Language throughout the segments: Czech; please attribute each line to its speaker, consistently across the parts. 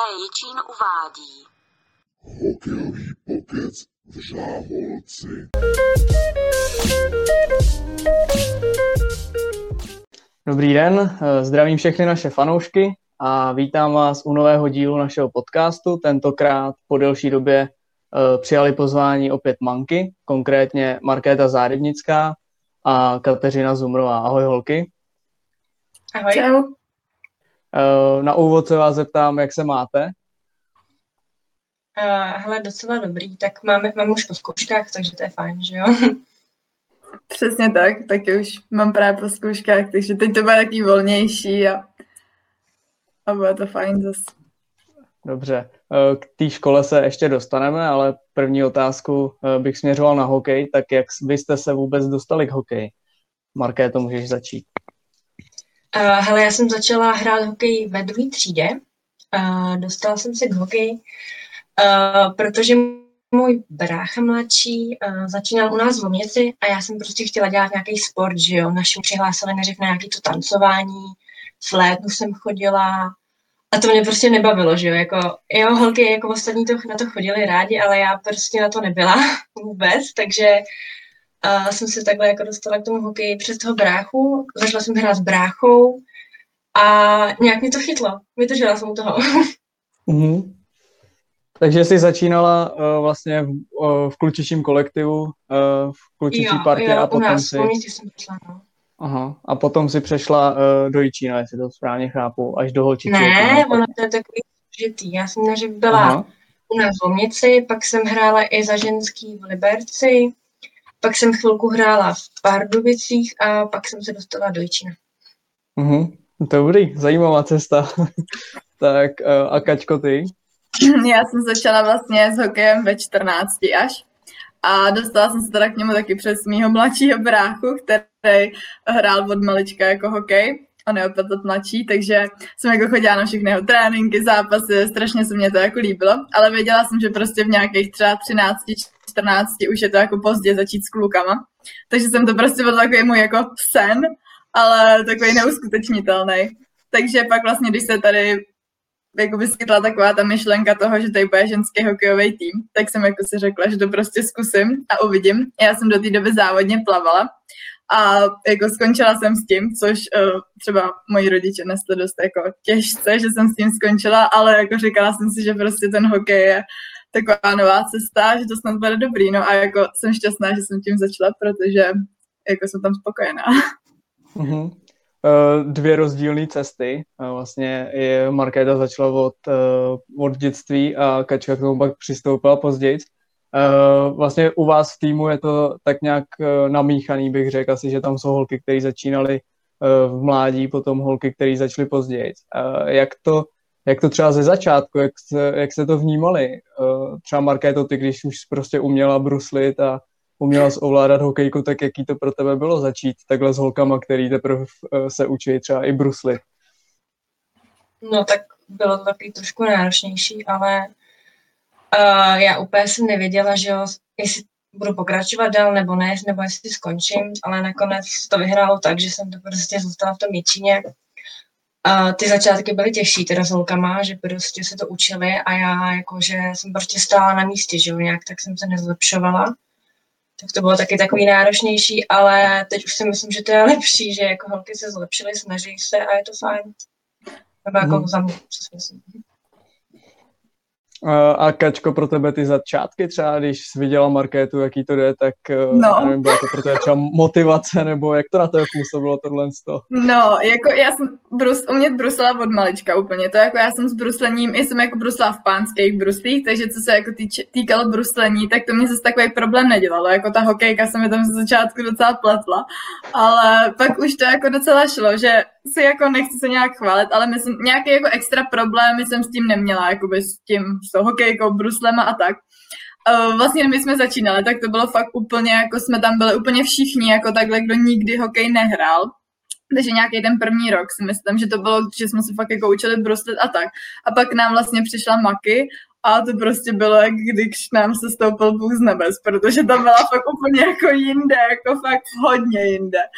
Speaker 1: Jičín uvádí.
Speaker 2: Hokejový pokec v Řáholci.
Speaker 3: Dobrý den, zdravím všechny naše fanoušky a vítám vás u nového dílu našeho podcastu. Tentokrát po delší době přijali pozvání opět manky, konkrétně Markéta Zárybnická a Kateřina Zumrová. Ahoj holky.
Speaker 4: Ahoj.
Speaker 5: Čau.
Speaker 3: Na úvod se vás zeptám, jak se máte?
Speaker 4: Hele, docela dobrý, tak mám už po zkouškách, takže to je fajn, že jo?
Speaker 5: Přesně tak, taky už mám právě po zkouškách, takže teď to bude taky volnější a bude to fajn zase.
Speaker 3: Dobře, k té škole se ještě dostaneme, ale první otázku bych směřoval na hokej, tak jak byste se vůbec dostali k hokeji? Markéto, můžeš začít.
Speaker 4: Hele, já jsem začala hrát hokej ve 2. třídě. Dostala jsem se k hokeji, protože můj brácha mladší začínal u nás v Lomnici a já jsem prostě chtěla dělat nějaký sport, že jo. Naši mi přihlásili nejdřív na nějaké to tancování, v létnu jsem chodila a to mě prostě nebavilo, že jo. Jako, jo, holky jako ostatní na to chodili rádi, ale já prostě na to nebyla vůbec, takže jsem se takhle jako dostala k tomu hokeji přes toho bráchu. Začala jsem hrát s bráchou a nějak mě to chytlo. Vydržela jsem u toho.
Speaker 3: Mm-hmm. Takže jsi začínala vlastně v klučičím kolektivu, v klučičí partě a potom
Speaker 4: jsem přišla, no.
Speaker 3: Aha, a potom si přešla do Jičína, jestli to správně chápu, až do holčičí.
Speaker 4: Ne, ono to je takový složitý. Já jsem nejdřív byla u nás v Lomnici, pak jsem hrála i za ženský v Liberci, pak jsem chvilku hrála v Pardubicích a pak jsem se dostala do Jičína.
Speaker 3: Dobrý, zajímavá cesta. Tak a Kaťko, ty?
Speaker 5: Já jsem začala vlastně s hokejem ve 14 až a dostala jsem se teda k němu taky přes mýho mladšího bráchu, který hrál od malička jako hokej. On je o 5 let mladší, takže jsem jako chodila na všechny jeho tréninky, zápasy, strašně se mě to jako líbilo, ale věděla jsem, že prostě v nějakých třeba 13, 14 už je to jako pozdě začít s klukama, takže jsem to prostě byl takový můj jako sen, ale takový neuskutečnitelný. Takže pak vlastně, když se tady jako vyskytla taková ta myšlenka toho, že tady bude ženský hokejový tým, tak jsem jako si řekla, že to prostě zkusím a uvidím. Já jsem do té doby závodně plavala a jako skončila jsem s tím, což třeba moji rodiče nesli dost jako těžce, že jsem s tím skončila, ale jako říkala jsem si, že prostě ten hokej je taková nová cesta, že to snad bude dobrý, no a jako jsem šťastná, že jsem tím začala, protože jako jsem tam spokojená.
Speaker 3: Mm-hmm. 2 rozdílné cesty. Vlastně Markéta začala od dětství a Kačka k tomu pak přistoupila později. Vlastně u vás v týmu je to tak nějak namíchaný, bych řekl asi, že tam jsou holky, které začínaly v mládí, potom holky, které začaly později. Jak to třeba ze začátku, jak se to vnímali? Třeba Markéto, ty, když už prostě uměla bruslit a uměla ovládat hokejku, tak jaký to pro tebe bylo začít takhle s holkama, který teprve se učí třeba i bruslit?
Speaker 4: No tak bylo to takový trošku náročnější, ale já úplně jsem nevěděla, že jo, jestli budu pokračovat dál nebo ne, nebo jestli skončím, ale nakonec to vyhrálo tak, že jsem to prostě zůstala v tom Jičíně. Ty začátky byly těžší teda s holkama, že prostě se to učili a já jakože jsem prostě stála na místě, že jo, nějak tak jsem se nezlepšovala. Tak to bylo taky takový náročnější, ale teď už si myslím, že to je lepší, že jako holky se zlepšily, snaží se a je to fajn. Nebo jako za mě, co si myslím.
Speaker 3: A Kačko, pro tebe ty začátky třeba, když jsi viděla Markétu, jaký to jde, tak nevím, byla to pro tebe třeba motivace, nebo jak to na tebe působilo tohle?
Speaker 5: No, jako já jsem umět brusla od malička úplně, to jako já jsem s bruslením, jsem jako brusla v pánských bruslích, takže co se jako týkalo bruslení, tak to mě zase takový problém nedělalo, jako ta hokejka se mi tam ze začátku docela pletla, ale pak už to jako docela šlo, že si jako nechci se nějak chválit, ale myslím, nějaké jako extra problémy jsem s tím neměla, jakoby s tou hokejkou, bruslema a tak. Vlastně my jsme začínali, tak to bylo fakt úplně, jako jsme tam byli úplně všichni, jako takhle, kdo nikdy hokej nehrál. Takže nějaký ten první rok si myslím, že to bylo, že jsme se fakt jako učili bruslit a tak. A pak nám vlastně přišla Maki a to prostě bylo, jak když nám se stoupil Bůh z nebes, protože tam byla fakt úplně jako jinde, jako fakt hodně jinde.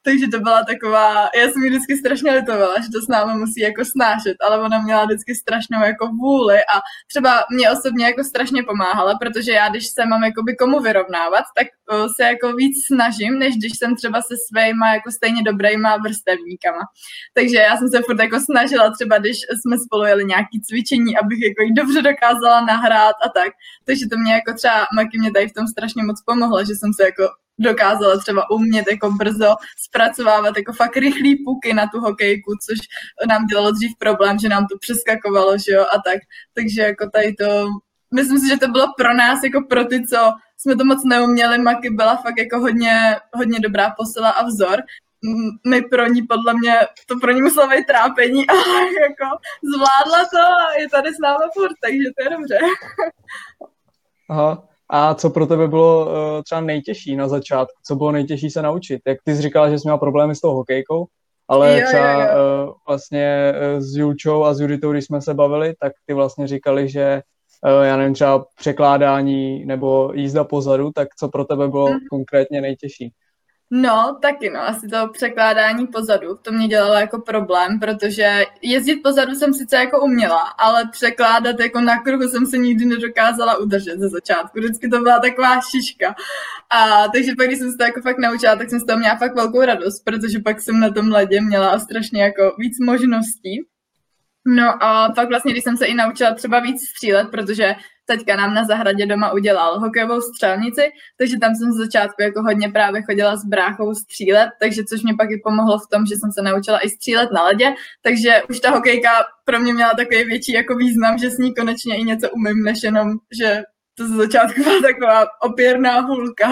Speaker 5: takže to byla taková, já jsem ji vždycky strašně litovala, že to s námi musí jako snášet, ale ona měla vždycky strašnou jako vůli a třeba mě osobně jako strašně pomáhala, protože já, když se mám jakoby komu vyrovnávat, tak se jako víc snažím, než když jsem třeba se svýma jako stejně dobrýma vrstevníkama. Takže já jsem se furt jako snažila třeba, když jsme spolu jeli nějaký cvičení, abych jako jí dobře dokázala nahrát a tak. Takže to mě jako třeba Maki mě tady v tom strašně moc pomohla, že jsem se jako dokázala třeba umět jako brzo zpracovávat jako fakt rychlý puky na tu hokejku, což nám dělalo dřív problém, že nám to přeskakovalo, že jo, a tak. Takže jako tady to, myslím si, že to bylo pro nás, jako pro ty, co jsme to moc neuměli, Maki byla fakt jako hodně dobrá posila a vzor. My pro ní, podle mě, to pro ní muselo být trápení, ale jako zvládla to a je tady s námi furt, takže to je dobře.
Speaker 3: Aha. A co pro tebe bylo třeba nejtěžší na začátku? Co bylo nejtěžší se naučit? Jak ty jsi říkala, že jsi měla problémy s tou hokejkou, ale třeba vlastně s Julčou a s Juditou, když jsme se bavili, tak ty vlastně říkali, že já nevím, třeba překládání nebo jízda pozadu, tak co pro tebe bylo konkrétně nejtěžší?
Speaker 5: No, taky no, asi to překládání pozadu, to mě dělalo jako problém, protože jezdit pozadu jsem sice jako uměla, ale překládat jako na kruhu jsem se nikdy nedokázala udržet ze začátku, vždycky to byla taková šiška. A takže pak, když jsem se to jako fakt naučila, tak jsem z toho měla fakt velkou radost, protože pak jsem na tom ledě měla strašně jako víc možností. No a pak vlastně, když jsem se i naučila třeba víc střílet, protože teďka nám na zahradě doma udělal hokejovou střelnici, takže tam jsem z začátku jako hodně právě chodila s bráchou střílet, takže což mě pak i pomohlo v tom, že jsem se naučila i střílet na ledě, takže už ta hokejka pro mě měla takový větší jako význam, že s ní konečně i něco umím, než jenom, že to ze začátku byla taková opěrná hůlka.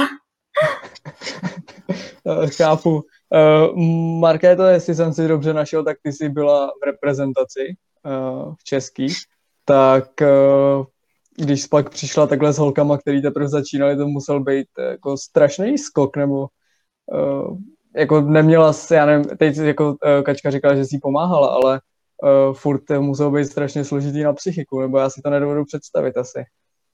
Speaker 3: Chápu. Markéto, jestli jsem si dobře našel, tak ty jsi byla v reprezentaci v český, tak když jsi pak přišla takhle s holkama, který teprve začínali, to musel být jako strašný skok, nebo jako neměla jsi, já nevím, teď jako Kačka říkala, že jsi jí pomáhala, ale furt to muselo být strašně složitý na psychiku, nebo já si to nedovedu představit asi.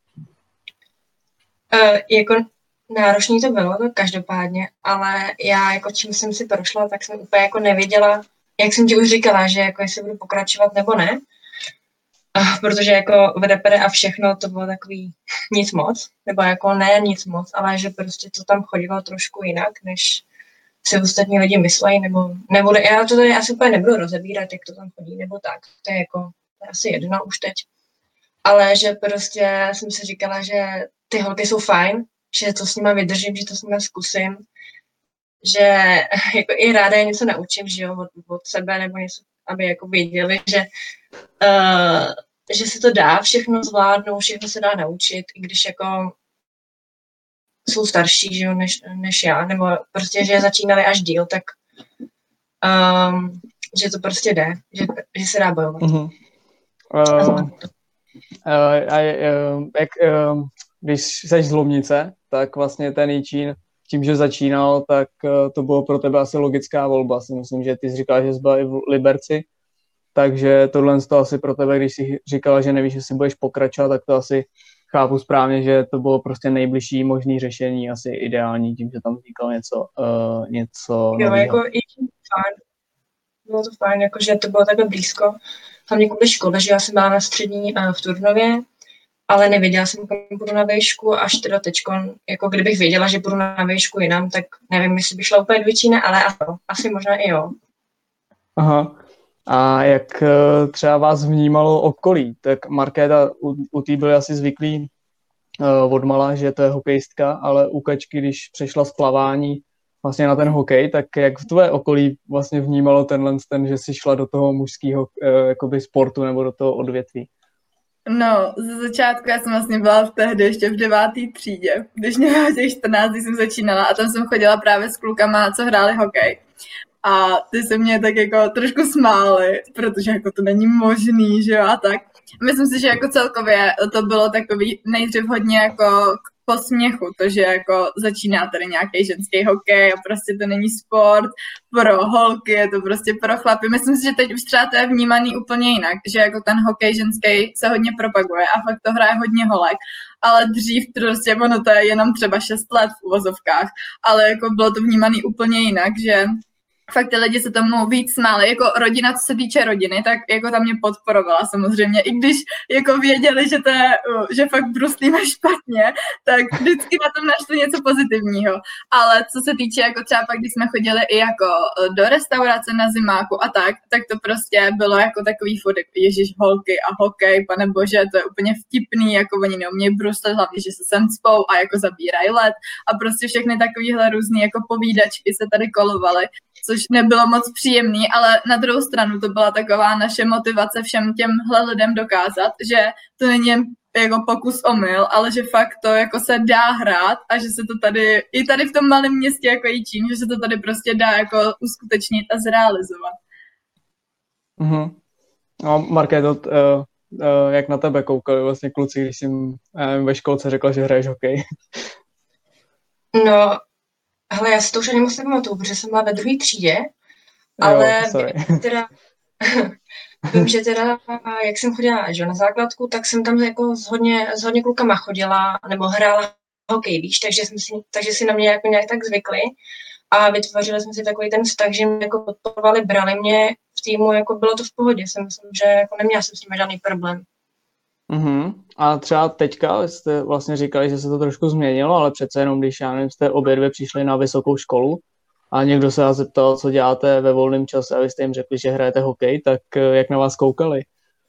Speaker 4: Jako náročný to bylo, to každopádně, ale já jako čím jsem si prošla, tak jsem úplně jako nevěděla, jak jsem ti už říkala, že jako jestli budu pokračovat nebo ne, protože jako v repere a všechno to bylo takový nic moc, nebo jako ne nic moc, ale že prostě to tam chodilo trošku jinak, než si ostatní lidi myslejí, nebo nebude, já to tady asi úplně nebudu rozebírat, jak to tam chodí, nebo tak, to je jako to je asi jedno už teď, ale že prostě jsem si říkala, že ty holky jsou fajn, že to s nima vydržím, že to s nima zkusím, že jako i ráda je něco naučím, že jo, od sebe, nebo něco, aby jako věděli, že se to dá všechno zvládnout, všechno se dá naučit, i když jako jsou starší, že jo, než já, nebo prostě, že začínali až díl, tak že to prostě jde, že se dá bojovat.
Speaker 3: Mm-hmm. Když jsi z Lomnice, tak vlastně ten Jičín, tím, že začínal, tak to bylo pro tebe asi logická volba. Si myslím, že ty jsi říkala, že jsi byla i v Liberci, takže tohle to asi pro tebe, když jsi říkala, že nevíš, jestli budeš pokračovat, tak to asi chápu správně, že to bylo prostě nejbližší možný řešení, asi ideální, tím, že tam vzniklo něco
Speaker 4: jo,
Speaker 3: nového.
Speaker 4: Jako i fajn. Bylo to fajn, jakože to bylo takhle blízko. Hlavně kvůli škole, že já jsem byla na střední v Turnově, ale nevěděla jsem, kam budu na výšku, až teda teďkon, jako kdybych věděla, že budu na výšku jinam, tak nevím, jestli bych šla úplně do Jičína, ale asi možná i jo.
Speaker 3: Aha. A jak třeba vás vnímalo okolí? Tak Markéta u té byly asi zvyklý odmala, že to je hokejistka, ale u Kačky, když přešla z plavání vlastně na ten hokej, tak jak v tvé okolí vlastně vnímalo že jsi šla do toho mužského jakoby sportu nebo do toho odvětví?
Speaker 5: No, ze začátku já jsem vlastně byla tehdy ještě v 9. třídě, když mě bylo těch 14, když jsem začínala a tam jsem chodila právě s klukama, co hráli hokej. A ty se mě tak jako trošku smály, protože jako to není možný, že jo, a tak. Myslím si, že jako celkově to bylo takový nejdřív hodně jako k posměchu, to, že jako začíná tady nějaký ženský hokej a prostě to není sport pro holky, je to prostě pro chlapy. Myslím si, že teď už třeba to je vnímaný úplně jinak, že jako ten hokej ženský se hodně propaguje a fakt to hraje hodně holek, ale dřív prostě ono to je jenom třeba 6 let v uvozovkách, ale jako bylo to vnímaný úplně jinak, že fakt ty lidi se tomu víc smáli, jako rodina, co se týče rodiny, tak jako tam mě podporovala samozřejmě, i když jako věděli, že fakt bruslíme špatně, tak vždycky na tom našli něco pozitivního, ale co se týče jako třeba pak, když jsme chodili i jako do restaurace na zimáku a tak to prostě bylo jako takový furt, ježiš, holky a hokej, pane bože, to je úplně vtipný, jako oni neumějí bruslet, hlavně, že se sem cpou a jako zabírají led a prostě všechny takovýhle různý jako povídačky se tady kolovaly, což nebylo moc příjemný, ale na druhou stranu to byla taková naše motivace všem těmhle lidem dokázat, že to není jen jako pokus omyl, ale že fakt to jako se dá hrát a že se to tady, i tady v tom malém městě jako Jičín, že se to tady prostě dá jako uskutečnit a zrealizovat.
Speaker 3: Mhm. No, Markéto, jak na tebe koukali vlastně kluci, když jsi ve školce řekla, že hraješ hokej?
Speaker 4: No, hele, já si to už ani moc nepamatuju, protože jsem byla ve druhé třídě, ale vím, že teda, jak jsem chodila že, na základku, tak jsem tam jako s hodně klukama chodila, nebo hrála hokej, víš, takže si na mě jako nějak tak zvykli a vytvořili jsme si takový ten vztah, že mě jako podporovali, brali mě v týmu, jako bylo to v pohodě, si myslím, že jako neměla jsem s nimi žádný problém.
Speaker 3: Mm-hmm. A třeba teďka jste vlastně říkali, že se to trošku změnilo, ale přece jenom, když já nevím, jste obě dvě přišli na vysokou školu a někdo se vás zeptal, co děláte ve volném čase a vy jste jim řekli, že hrajete hokej, tak jak na vás koukali?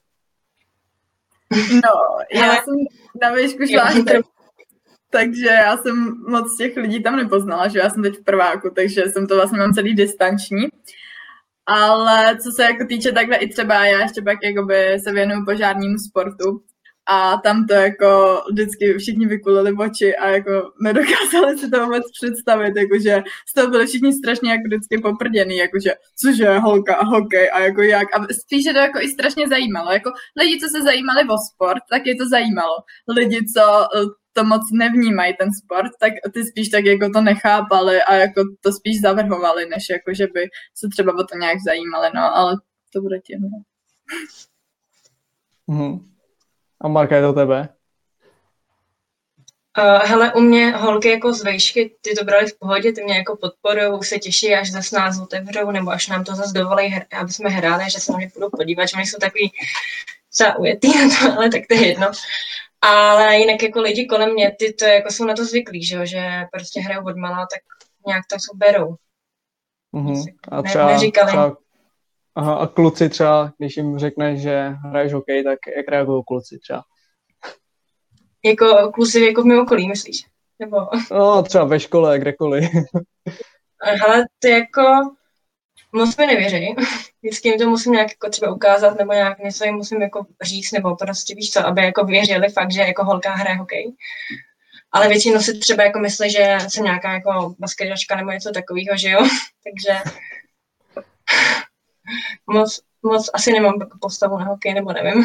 Speaker 5: No, já jsem na výšku šla až teď, takže já jsem moc těch lidí tam nepoznala, že já jsem teď v prváku, takže jsem to vlastně mám celý distanční. Ale co se jako týče takhle i třeba já ještě pak jakoby se věnuju požárnímu sportu a tam to jako vždycky všichni vykulili oči a jako nedokázali si to vůbec představit, jakože z toho byli všichni strašně jako vždycky poprděný, jakože cože holka a hokej a jako jak a spíš je to jako i strašně zajímalo, jako lidi, co se zajímali o sport, tak je to zajímalo, lidi, co to moc nevnímají ten sport, tak ty spíš tak jako to nechápali a jako to spíš zavrhovali, než jako, že by se třeba o to nějak zajímali, no, ale to bude tím.
Speaker 3: Mm-hmm. A Marka, je to tebe?
Speaker 4: Hele, u mě holky jako z vejšky, ty to brali v pohodě, ty mě jako podporujou, se těší, až zase nás otevřou, nebo až nám to zase dovolí, aby jsme hráli, že se na mě půjdou podívat, že oni jsou takový zaujetý na to, ale tak to je jedno. Ale jinak jako lidi kolem mě, ty to jako jsou na to zvyklí, že prostě hrajou od malá, tak nějak to berou.
Speaker 3: Mm-hmm. A třeba aha, a kluci třeba, když jim řekneš, že hraješ hokej, tak jak reagují kluci třeba?
Speaker 4: Jako kluci jako v mém okolí, myslíš? Nebo...
Speaker 3: No, třeba ve škole, kdekoliv.
Speaker 4: Hele, ty jako moc mi nevěří. Vždycky jim to musím nějak jako třeba ukázat, nebo nějak něco jim musím jako říct, nebo prostě víš co, aby jako věřili fakt, že jako holka hraje hokej. Ale většinou si třeba jako myslí, že jsem nějaká jako basketačka nebo něco takového, že jo. Takže moc asi nemám postavu na hokej, nebo nevím.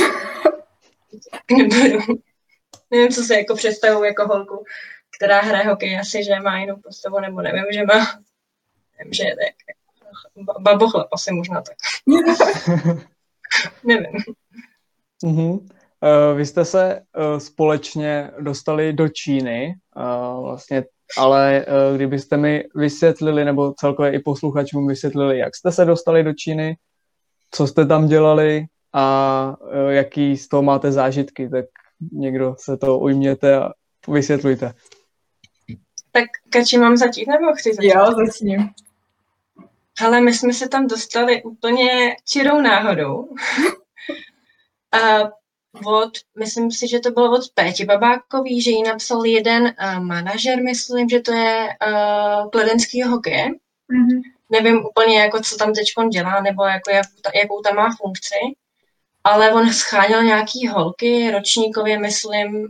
Speaker 4: Nevím, co se jako představuji jako holku, která hraje hokej, asi, že má jinou postavu, nebo nevím, že má, nevím, že je tak babochlep, asi možná tak. Nevím.
Speaker 3: Mm-hmm. Vy jste se společně dostali do Číny, vlastně, ale kdybyste mi vysvětlili, nebo celkově i posluchačům vysvětlili, jak jste se dostali do Číny, co jste tam dělali a jaký z toho máte zážitky, tak někdo se to ujměte a vysvětlujte.
Speaker 4: Tak Kači, mám začít, nebo chci začít?
Speaker 5: Jo, začním.
Speaker 4: Hele, my jsme se tam dostali úplně čirou náhodou. Myslím si, že to bylo od Péti Babákový, že jí napsal jeden manažer, myslím, že to je kladenského hokeje. Mm-hmm. Nevím úplně, jako, co tam teďkon dělá, nebo jako, jakou tam má funkci, ale on scháněl nějaký holky ročníkově, myslím,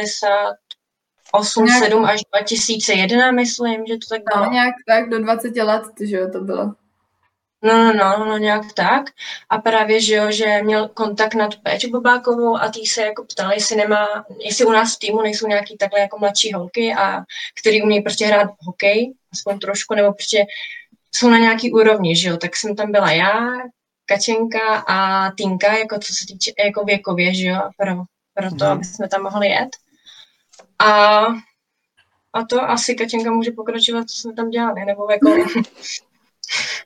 Speaker 4: 98, 7 až 2001, myslím, že to tak bylo.
Speaker 5: No, nějak tak, do 20 let, že jo, to bylo.
Speaker 4: No, nějak tak. A právě, že jo, že měl kontakt na tu Péču Babákovou a tý se jako ptali, jestli u nás v týmu nejsou nějaký takhle jako mladší holky a který umějí prostě hrát hokej, aspoň trošku, nebo prostě jsou na nějaký úrovni, že jo. Tak jsem tam byla já, Kačenka a Týnka, jako co se týče jako věkově, že jo, pro to, aby jsme tam mohli jet. A to asi Kačenka může pokračovat, co jsme tam dělali, nebo jako...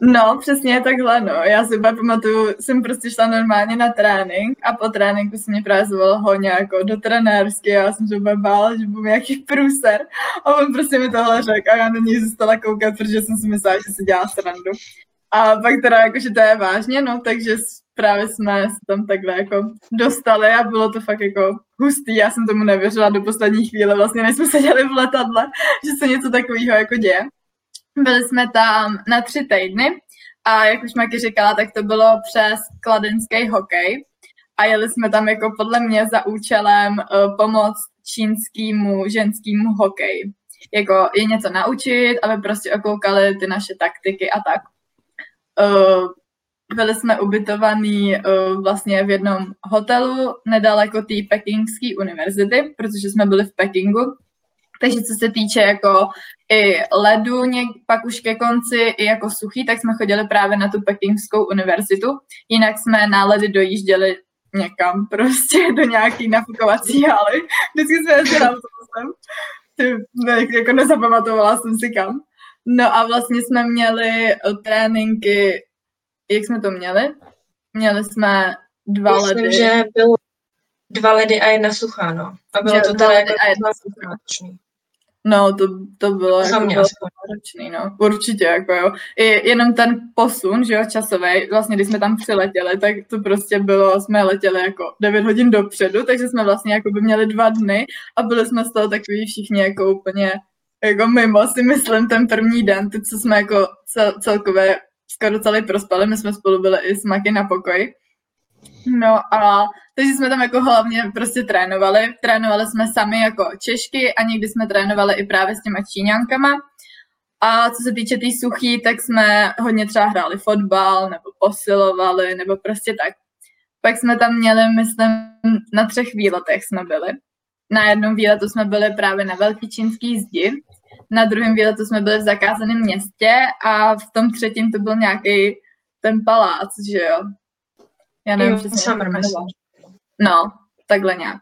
Speaker 5: No, přesně takhle, no. Já si úplně pamatuju, jsem prostě šla normálně na trénink a po tréninku se mě právě zvolil Hoňa jako do trenérské a já jsem se úplně bála, že budu nějaký průser a on prostě mi tohle řekl a já na něj zůstala koukat, protože jsem si myslela, že si dělá srandu. A pak teda jakože to je vážně, no, takže právě jsme se tam takhle jako dostali a bylo to fakt jako hustý, já jsem tomu nevěřila do poslední chvíle, vlastně než jsme seděli v letadle, že se něco takového jako děje. Byli jsme tam na 3 týdny a jak už Maki říkala, tak to bylo přes kladenský hokej a jeli jsme tam jako podle mě za účelem pomoct čínskému ženskému hokeji. Jako je něco naučit, aby prostě okoukali ty naše taktiky a tak. Byli jsme ubytovaní vlastně v jednom hotelu nedaleko té Pekingské univerzity, protože jsme byli v Pekingu. Takže co se týče jako i ledu, pak už ke konci i jako suchý, tak jsme chodili právě na tu Pekingskou univerzitu. Jinak jsme na ledy dojížděli někam prostě do nějaký nafukovací haly. Vždycky jsme jezdili autobusem. Jako nezapamatovala jsem si kam. No a vlastně jsme měli tréninky, jak jsme to měli? Měli jsme 2 ledy.
Speaker 4: Myslím, že bylo 2 ledy a 1 suchá, no. A bylo to teda jako 1 suchá.
Speaker 5: No, to bylo
Speaker 4: jako
Speaker 5: náročný, no. Určitě, jako jo. I jenom ten posun, že jo, časový, vlastně když jsme tam přiletěli, tak to prostě bylo, jsme letěli jako 9 hodin dopředu, takže jsme vlastně jako by měli 2 dny a byli jsme z toho takový všichni jako úplně jako mimo, si myslím, ten první den, ty, co jsme jako celkově skoro celý prospali, my jsme spolu byli i s Maki na pokoji. No a takže jsme tam jako hlavně prostě trénovali. Trénovali jsme sami jako Češky a někdy jsme trénovali i právě s těma Číňankama. A co se týče té suchý, tak jsme hodně třeba hráli fotbal nebo posilovali nebo prostě tak. Pak jsme tam měli, myslím, na 3 výletech jsme byli. Na jednom výletu jsme byli právě na Velký čínský zdi, na druhém výletu jsme byli v zakázaném městě a v tom 3. to byl nějaký ten palác, že jo. Já nevím, přesně. No, takhle nějak.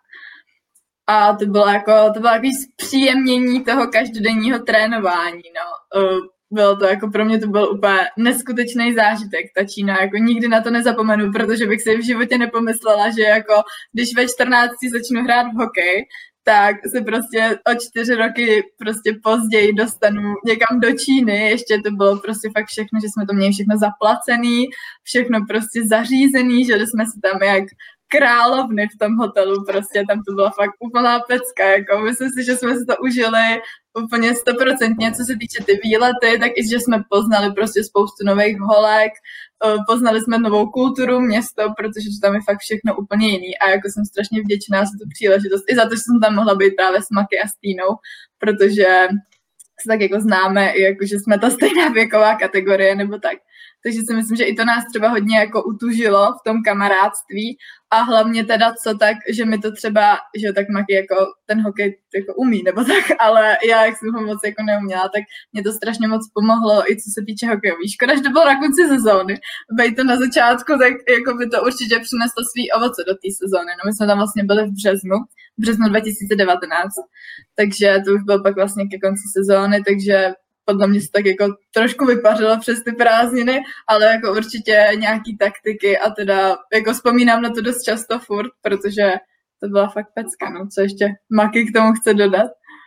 Speaker 5: A to bylo takový zpříjemnění toho každodenního trénování, no. Bylo to jako pro mě to byl úplně neskutečný zážitek, ta Čína, jako nikdy na to nezapomenu, protože bych si v životě nepomyslela, že jako když ve 14 začnu hrát v hokej, tak se prostě o 4 roky prostě později dostanu někam do Číny, ještě to bylo prostě fakt všechno, že jsme to měli všechno zaplacený, všechno prostě zařízený, že jsme si tam jak královny v tom hotelu, prostě tam to byla fakt úplná pecka, jako myslím si, že jsme si to užili úplně 100%, co se týče ty výlety, tak i že jsme poznali prostě spoustu nových holek, poznali jsme novou kulturu, město, protože to tam je fakt všechno úplně jiný a jako jsem strašně vděčná za tu příležitost i za to, že jsem tam mohla být právě s Maki a s Týnou, protože se tak jako známe, i jako, že jsme ta stejná věková kategorie nebo tak. Takže si myslím, že i to nás třeba hodně jako utužilo v tom kamarádství a hlavně teda co tak, že mi to třeba, že tak Maki jako ten hokej jako umí nebo tak, ale já, jak jsem ho moc jako neuměla, tak mě to strašně moc pomohlo i co se týče hokejový. Škoda, že to bylo na konci sezóny. Bejt to na začátku, tak jako by to určitě přineslo svý ovoce do té sezóny. No my jsme tam vlastně byli v březnu 2019, takže to už byl pak vlastně ke konci sezóny, takže podle mě se tak jako trošku vypařilo přes ty prázdniny, ale jako určitě nějaký taktiky a teda jako vzpomínám na to dost často furt, protože to byla fakt pecka, no. Co ještě Maki k tomu chce dodat?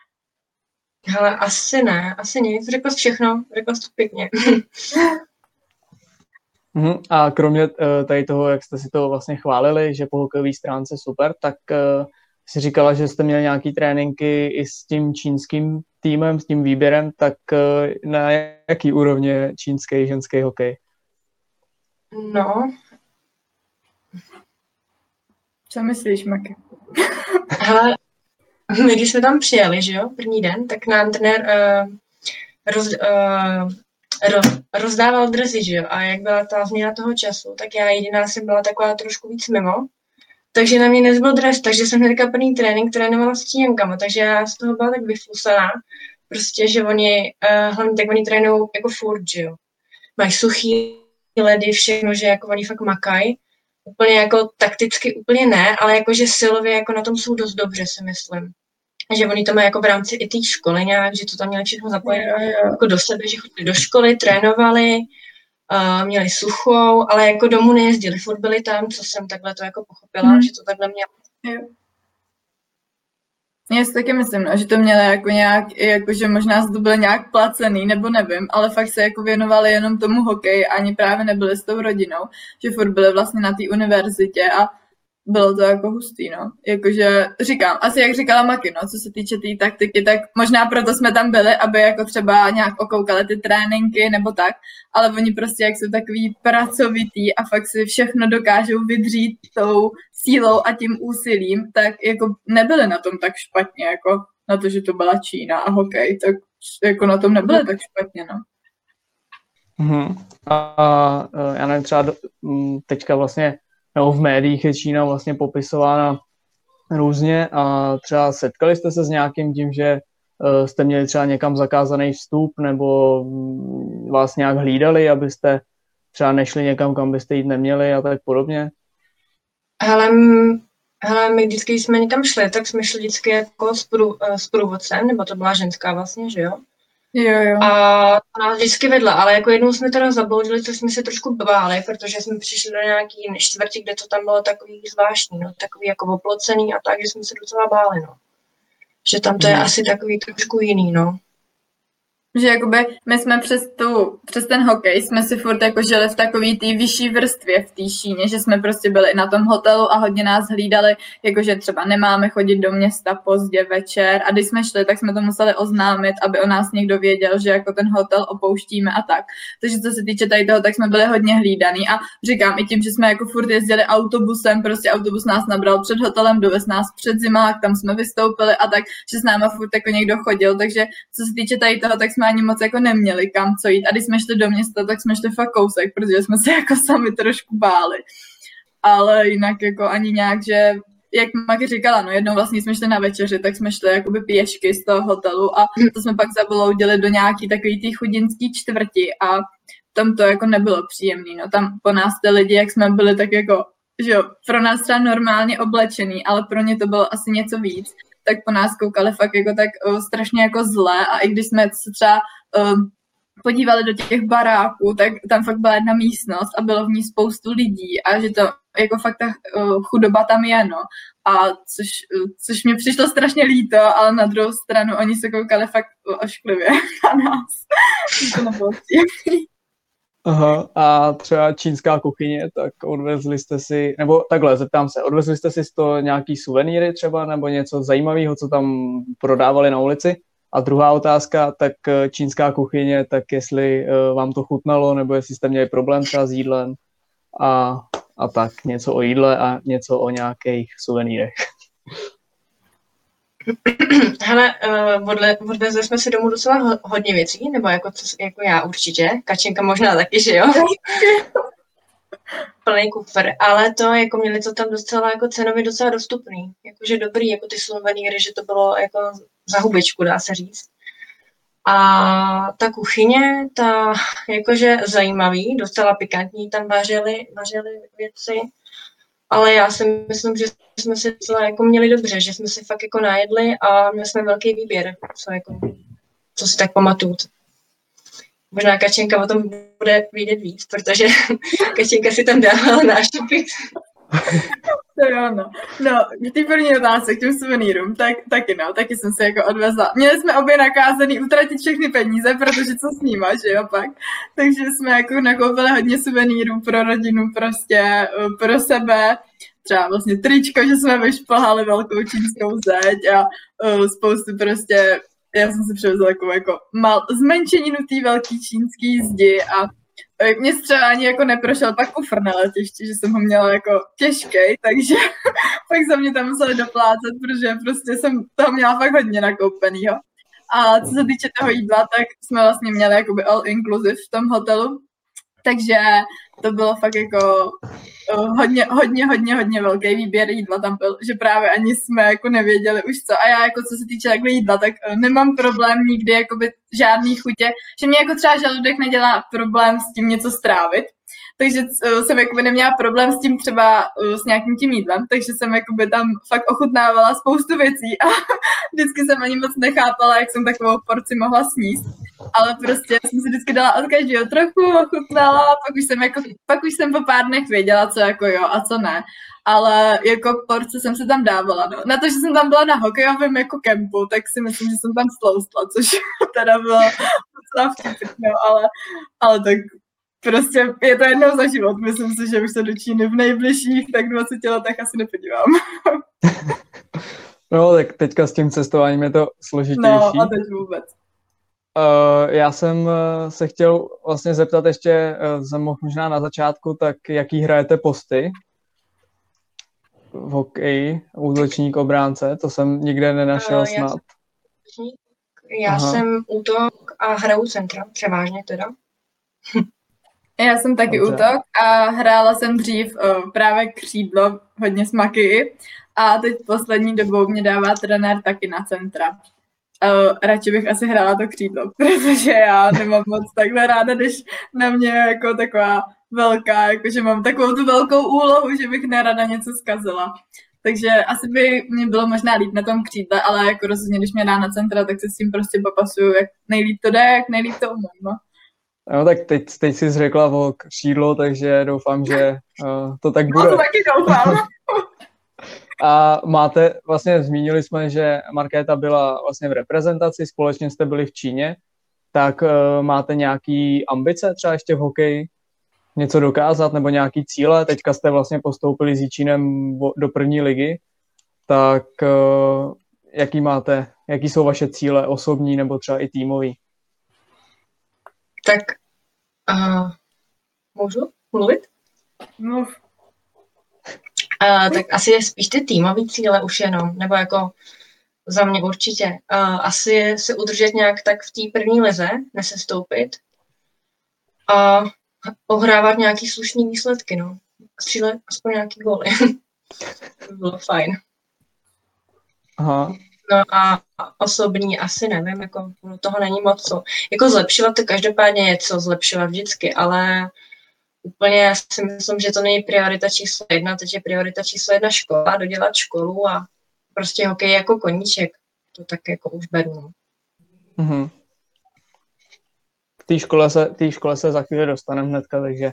Speaker 4: Hele, asi nic, řekl jsi všechno, řekl jsi to pěkně.
Speaker 3: A kromě tady toho, jak jste si to vlastně chválili, že po hokejové stránce super, tak jsi říkala, že jste měli nějaký tréninky i s tím čínským týmem, s tím výběrem, tak na jaký úrovně čínský ženský hokej?
Speaker 4: No.
Speaker 5: Co myslíš, Maki?
Speaker 4: Hele, my když jsme tam přijeli, že jo, první den, tak nám trenér rozdával dresy, že jo, a jak byla ta změna toho času, tak já jediná jsem byla taková trošku víc mimo, takže na mě nezbyl dres, takže jsem hnedka první trénink trénovala s Číňankama, takže já z toho byla tak vyflusaná, prostě, že oni, hlavně tak oni trénují jako furt, že jo. Mají suchý ledy, všechno, že jako oni fakt makají. Úplně jako takticky úplně ne, ale jakože silově jako na tom jsou dost dobře, si myslím. Že oni to mají jako v rámci i té školy nějak, že to tam měli všechno zapojit jako do sebe, že chodili do školy, trénovali, měli suchou, ale jako domů nejezdili, furt byli tam, co jsem takhle to jako pochopila, že to takhle mělo.
Speaker 5: Já si taky myslím, no, že to měli jako nějak, jako, že možná to bylo nějak placený, nebo nevím, ale fakt se jako věnovali jenom tomu hokeji, ani právě nebyli s tou rodinou, že furt byli vlastně na té univerzitě a bylo to jako hustý, no. Jakože říkám, asi jak říkala Maki, no, co se týče té taktiky, tak možná proto jsme tam byli, aby jako třeba nějak okoukali ty tréninky nebo tak, ale oni prostě jak jsou takový pracovitý a fakt si všechno dokážou vydřít tou sílou a tím úsilím, tak jako nebyli na tom tak špatně, jako na to, že to byla Čína a hokej, tak jako na tom nebyli tak špatně, no.
Speaker 3: A já nevím, třeba teďka vlastně nebo v médiích je Čína vlastně popisována různě a třeba setkali jste se s nějakým tím, že jste měli třeba někam zakázaný vstup nebo vás nějak hlídali, abyste třeba nešli někam, kam byste jít neměli a tak podobně?
Speaker 4: Hele, my vždycky, když jsme někam šli, tak jsme šli vždycky jako s průvodcem, nebo to byla ženská vlastně, že jo?
Speaker 5: Jo.
Speaker 4: A to nás vždycky vedla, ale jako jednou jsme teda zabloudili, což jsme se trošku báli, protože jsme přišli do nějaký čtvrti, kde to tam bylo takový zvláštní, no, takový jako oplocený a tak, že jsme se docela báli, no. Že tam to je asi takový trošku jiný, no.
Speaker 5: Že jakoby my jsme přes ten hokej jsme si furt jako žili v takový té vyšší vrstvě v té Číně, že jsme prostě byli na tom hotelu a hodně nás hlídali, jakože třeba nemáme chodit do města pozdě večer a když jsme šli, tak jsme to museli oznámit, aby o nás někdo věděl, že jako ten hotel opouštíme a tak. Takže co se týče tady toho, tak jsme byli hodně hlídaný a říkám i tím, že jsme jako furt jezdili autobusem, prostě autobus nás nabral před hotelem, dovez nás před zimák, tam jsme vystoupili a tak, že s náma furt jako někdo chodil, takže co se týče tady toho, tak jsme ani moc jako neměli kam co jít. A když jsme šli do města, tak jsme šli fakt kousek, protože jsme se jako sami trošku báli. Ale jinak jako ani nějak, že jak Maki říkala, no jednou vlastně jsme šli na večeři, tak jsme šli jakoby pěšky z toho hotelu a to jsme pak zabloudili do nějaký takový té chudinský čtvrti a tam to jako nebylo příjemný, no tam po nás ty lidi, jak jsme byli tak jako, že jo, pro nás třeba normálně oblečený, ale pro ně to bylo asi něco víc, tak po nás koukali fakt jako tak strašně jako zle a i když jsme se třeba podívali do těch baráků, tak tam fakt byla jedna místnost a bylo v ní spoustu lidí a že to jako fakt ta chudoba tam je, no. A což mi přišlo strašně líto, ale na druhou stranu oni se koukali fakt ošklivě na nás. To nebylo příjemný.
Speaker 3: Aha, a třeba čínská kuchyně, tak odvezli jste si, nebo takhle, zeptám se, odvezli jste si z toho nějaký suvenýry třeba, nebo něco zajímavého, co tam prodávali na ulici? A druhá otázka, tak čínská kuchyně, tak jestli vám to chutnalo, nebo jestli jste měli problém třeba s jídlem a tak, něco o jídle a něco o nějakých suvenýrech.
Speaker 4: Hele, odvezli jsme si domů docela hodně věcí, nebo jako já určitě, Kačenka možná taky, že jo? Plný kufr, ale to jako měli to tam docela jako cenově docela dostupný, jakože dobrý, jako ty suvenýry, že to bylo jako za hubičku, dá se říct. A ta kuchyně, ta jakože zajímavý, docela pikantní, tam vařili věci, ale já si myslím, že jsme si docela jako měli dobře, že jsme si fakt jako najedli a měli jsme velký výběr, co si tak pamatuju. Možná Kačenka o tom bude vědět víc, protože Kačenka si tam dávala náštěpy.
Speaker 5: To jo, no. No, k té první otázce, k těm suvenýrům, taky jsem se jako odvezla. Měli jsme obě nakázaný utratit všechny peníze, protože co s nima, že jo, pak. Takže jsme jako nakoupili hodně suvenýrů pro rodinu, prostě pro sebe. Třeba vlastně tričko, že jsme vyšplhali velkou čínskou zeď a spoustu prostě, já jsem si přivezla jako zmenšeninu té velký čínský zdi a mě třeba ani jako neprošel pak kufr na letišti, že jsem ho měla jako těžkej, takže pak za mě tam museli doplácet, protože prostě jsem toho měla fakt hodně nakoupenýho. A co se týče toho jídla, tak jsme vlastně měli jakoby all inclusive v tom hotelu, takže to bylo fakt jako hodně velký výběr jídla tam byl, že právě ani jsme jako nevěděli už co. A já jako co se týče takhle jídla, tak nemám problém nikdy jakoby žádný chutě, že mě jako třeba žaludek nedělá problém s tím něco strávit. Takže jsem jakoby neměla problém s tím třeba s nějakým tím jídlem, takže jsem jakoby tam fakt ochutnávala spoustu věcí a vždycky jsem ani moc nechápala, jak jsem takovou porci mohla sníst. ale prostě jsem si vždycky dala od každého trochu, ochutnala, pak už jsem po pár dnech věděla, co jako jo a co ne. Ale jako porce jsem se tam dávala, no. Na to, že jsem tam byla na hokejovém jako kempu, tak si myslím, že jsem tam sloustla, což teda bylo docela vtipné, ale tak prostě je to jednou za život. Myslím si, že už se do Číny v nejbližších tak 20 letech asi nepodívám.
Speaker 3: No, tak teďka s tím cestováním je to složitější.
Speaker 5: No, a teď vůbec.
Speaker 3: Já jsem se chtěl vlastně zeptat ještě, jsem mohl možná na začátku, tak jaký hrajete posty v hokeji, útočník, obránce, to jsem nikde nenašel snad.
Speaker 4: Já jsem útok a hraju centra, převážně teda.
Speaker 5: Já jsem taky
Speaker 3: Dobře.
Speaker 5: útok a hrála jsem dřív právě křídlo, hodně smaky a teď poslední dobou mě dává trenér taky na centra. Radši bych asi hrála to křídlo, protože já nemám moc takhle ráda, když na mě jako taková velká, jakože mám takovou tu velkou úlohu, že bych nerada něco zkazila. Takže asi by mě bylo možná líp na tom křídle, ale jako rozhodně, když mě dá na centra, tak se s tím prostě popasuju, jak nejlíp to jde, jak nejlíp to umím, no.
Speaker 3: No tak teď jsi řekla o křídlo, takže doufám, že to tak bude.
Speaker 5: No to taky doufám.
Speaker 3: A máte, vlastně zmínili jsme, že Markéta byla vlastně v reprezentaci, společně jste byli v Číně, tak máte nějaký ambice třeba ještě v hokeji? Něco dokázat nebo nějaký cíle? Teďka jste vlastně postoupili s Jičínem do první ligy, tak jaký jsou vaše cíle osobní nebo třeba i týmový?
Speaker 4: Tak můžu mluvit?
Speaker 5: Mluv.
Speaker 4: Tak asi je spíš ty týmový cíle už jenom, nebo jako za mě určitě. Asi se udržet nějak tak v té první lize, nesestoupit a ohrávat nějaký slušný výsledky, no. Střílet aspoň nějaký góly. To by bylo fajn.
Speaker 3: Aha.
Speaker 4: No a osobní asi nevím, jako toho není moc co. Jako zlepšovat to každopádně je co zlepšovat vždycky, ale úplně si myslím, že to není priorita číslo 1, teď je priorita číslo 1 škola, dodělat školu a prostě hokej jako koníček. To tak jako už beru. No.
Speaker 3: Mhm. K té škole se za chvíli dostaneme hnedka, takže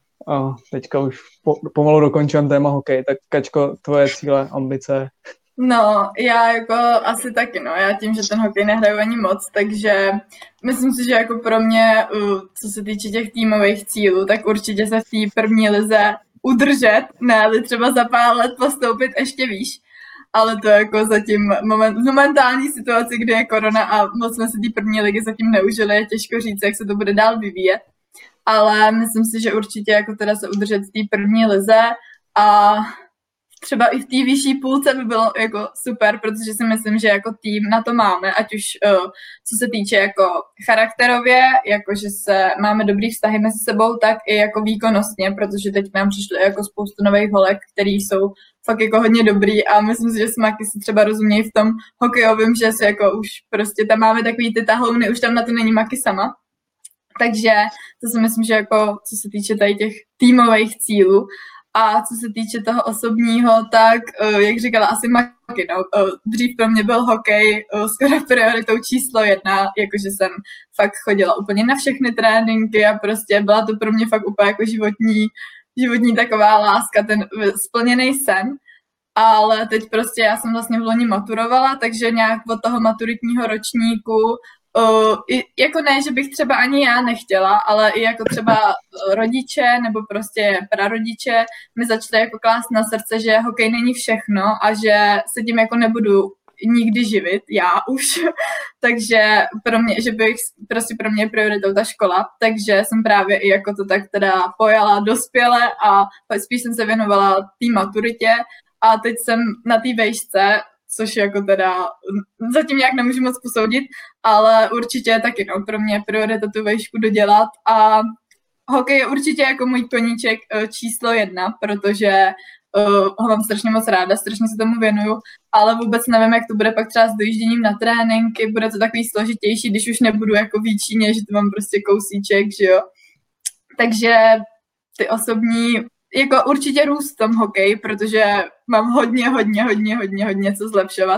Speaker 3: teďka už pomalu dokončím téma hokej. Tak Kačko, tvoje cíle, ambice?
Speaker 5: No, já jako asi taky, no. Já tím, že ten hokej nehraju ani moc, takže myslím si, že jako pro mě, co se týče těch týmových cílů, tak určitě se v té první lize udržet, ne-li třeba za pár let postoupit ještě výš. Ale to jako zatím v momentální situaci, kdy je korona a moc jsme si té první ligy zatím neužili, je těžko říct, jak se to bude dál vyvíjet. Ale myslím si, že určitě jako teda se udržet v té první lize a třeba i v té vyšší půlce by bylo jako super, protože si myslím, že jako tým na to máme, ať už co se týče jako charakterově, jako že máme dobrý vztahy mezi sebou, tak i jako výkonnostně, protože teď nám přišlo jako spoustu nových holek, který jsou fakt jako hodně dobrý a myslím si, že smaky si třeba rozumějí v tom hokejovém, že se jako už prostě tam máme takový ty tahouny, už tam na to není Maki sama. Takže to si myslím, že jako co se týče tady těch týmových cílů. A co se týče toho osobního, tak, jak říkala, asi Maki, no. Dřív pro mě byl hokej skoro prioritou číslo 1, jakože jsem fakt chodila úplně na všechny tréninky a prostě byla to pro mě fakt úplně jako životní taková láska, ten splněný sen. Ale teď prostě já jsem vlastně v loni maturovala, takže nějak od toho maturitního ročníku jako ne, že bych třeba ani já nechtěla, ale i jako třeba rodiče nebo prostě prarodiče mi začaly jako klást na srdce, že hokej není všechno a že se tím jako nebudu nikdy živit, já už. Takže pro mě, že bych prostě pro mě je prioritou ta škola, takže jsem právě i jako to tak teda pojala dospěle a spíš jsem se věnovala té maturitě a teď jsem na té vejšce, což jako teda zatím nějak nemůžu moc posoudit, ale určitě taky no, pro mě je priorita tu vejšku dodělat a hokej je určitě jako můj koníček číslo 1, protože ho mám strašně moc ráda, strašně se tomu věnuju, ale vůbec nevím, jak to bude pak třeba s dojížděním na tréninky, bude to takový složitější, když už nebudu jako v Jičíně, že to mám prostě kousíček, že jo. Takže ty osobní, jako určitě růst v tom hokej, protože mám hodně co zlepšovat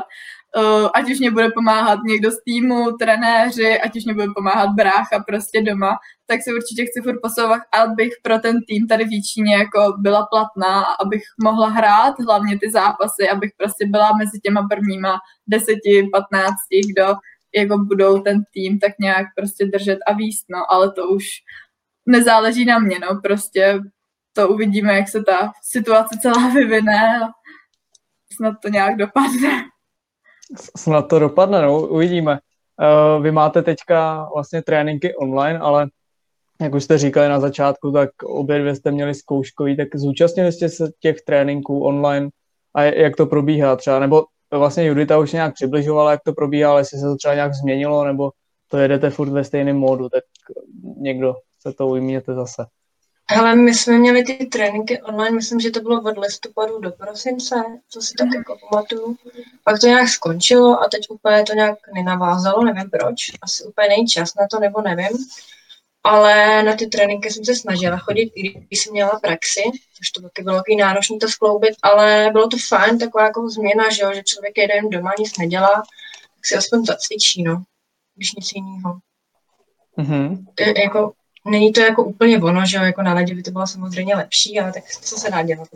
Speaker 5: ať už mě bude pomáhat někdo z týmu, trenéři, ať už mě bude pomáhat brácha prostě doma, tak se určitě chci furt posouvat, abych pro ten tým tady v Jíčíně jako byla platná, abych mohla hrát hlavně ty zápasy, abych prostě byla mezi těma prvníma 10, 15, kdo jako budou ten tým tak nějak prostě držet a víst, no, ale to už nezáleží na mě, no, prostě to uvidíme, jak se ta situace celá vyvine a snad to nějak dopadne.
Speaker 3: Snad to dopadne, no, uvidíme. Vy máte teďka vlastně tréninky online, ale jak už jste říkali na začátku, tak obě dvě jste měli zkouškový, tak zúčastnili jste se těch tréninků online a jak to probíhá třeba, nebo vlastně Judita už nějak přibližovala, jak to probíhá, ale jestli se to třeba nějak změnilo, nebo to jedete furt ve stejném módu, tak někdo se to ujměte zase.
Speaker 4: Hele, my jsme měli ty tréninky online, myslím, že to bylo od listopadu do prosince, co si tak jako pamatuju. Pak to nějak skončilo a teď úplně to nějak nenavázalo, nevím proč. Asi úplně není čas na to, nebo nevím. Ale na ty tréninky jsem se snažila chodit, i když jsem měla praxi, což to taky bylo takový náročné to skloubit, ale bylo to fajn, taková jako změna, že člověk jede jen doma, nic nedělá, tak si aspoň zacvičí, no, když nic jiného.
Speaker 3: Mm-hmm.
Speaker 4: Jako není to jako úplně ono, že jo, jako na ledě by to bylo samozřejmě lepší, ale tak co se dá dělat?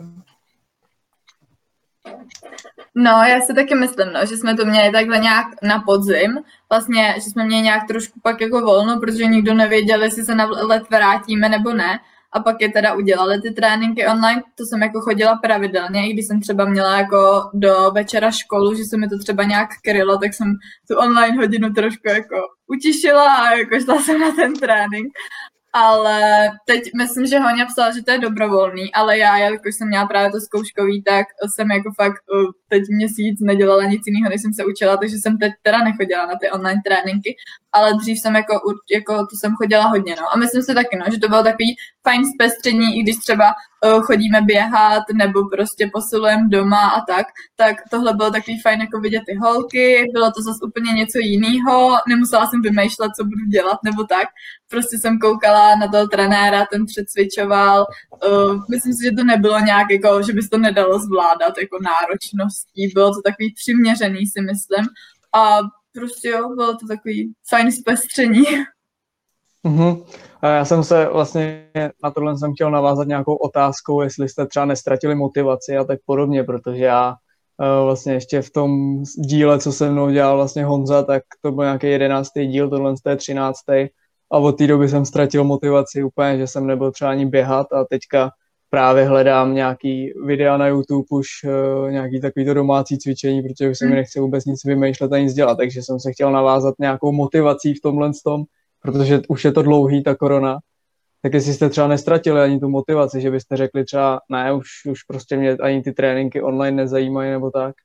Speaker 5: No, já si taky myslím, no, že jsme to měli takhle nějak na podzim, vlastně, že jsme měli nějak trošku pak jako volno, protože nikdo nevěděl, jestli se na let vrátíme nebo ne. A pak je teda udělali ty tréninky online, to jsem jako chodila pravidelně, i když jsem třeba měla jako do večera školu, že se mi to třeba nějak krylo, tak jsem tu online hodinu trošku jako utišila a jako šla jsem na ten trénink. Ale teď myslím, že Hoňa psala, že to je dobrovolný, ale já, jelikož jsem měla právě to zkouškový, tak jsem jako fakt teď měsíc nedělala nic jiného, než jsem se učila, takže jsem teď teda nechodila na ty online tréninky, ale dřív jsem jako to jsem chodila hodně, no. A myslím si taky, no, že to bylo takový fajn zpestření, i když třeba chodíme běhat nebo prostě posilujeme doma a tak tohle bylo takový fajn jako vidět ty holky, bylo to zase úplně něco jiného, nemusela jsem vymýšlet, co budu dělat nebo tak, prostě jsem koukala na toho trenéra, ten přecvičoval, myslím si, že to nebylo nějak jako, že by se to nedalo zvládat jako náročností, bylo to takový přiměřený, si myslím, a prostě jo, bylo to takový fajn zpestření.
Speaker 3: Mm-hmm. A já jsem se vlastně na tohle jsem chtěl navázat nějakou otázkou, jestli jste třeba nestratili motivaci a tak podobně, protože já vlastně ještě v tom díle, co se mnou dělal vlastně Honza, tak to byl nějaký 11. díl, tohle je 13. A od té doby jsem ztratil motivaci úplně, že jsem nebyl třeba ani běhat a teďka právě hledám nějaký videa na YouTube už nějaký takovýto domácí cvičení, protože už se mi nechce vůbec nic vymýšlet a nic dělat, takže jsem se chtěl navázat nějakou motivací v tomhle tom, protože už je to dlouhý, ta korona, tak jestli jste třeba nestratili ani tu motivaci, že byste řekli třeba, ne, už prostě mě ani ty tréninky online nezajímají nebo tak.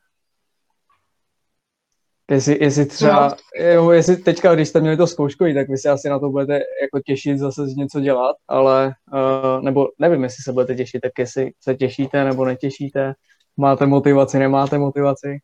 Speaker 3: Jestli třeba, jestli teďka, když jste měli to zkouškový, tak vy se asi na to budete jako těšit zase něco dělat, ale, nebo nevím, jestli se budete těšit, tak jestli se těšíte nebo netěšíte, máte motivaci, nemáte motivaci?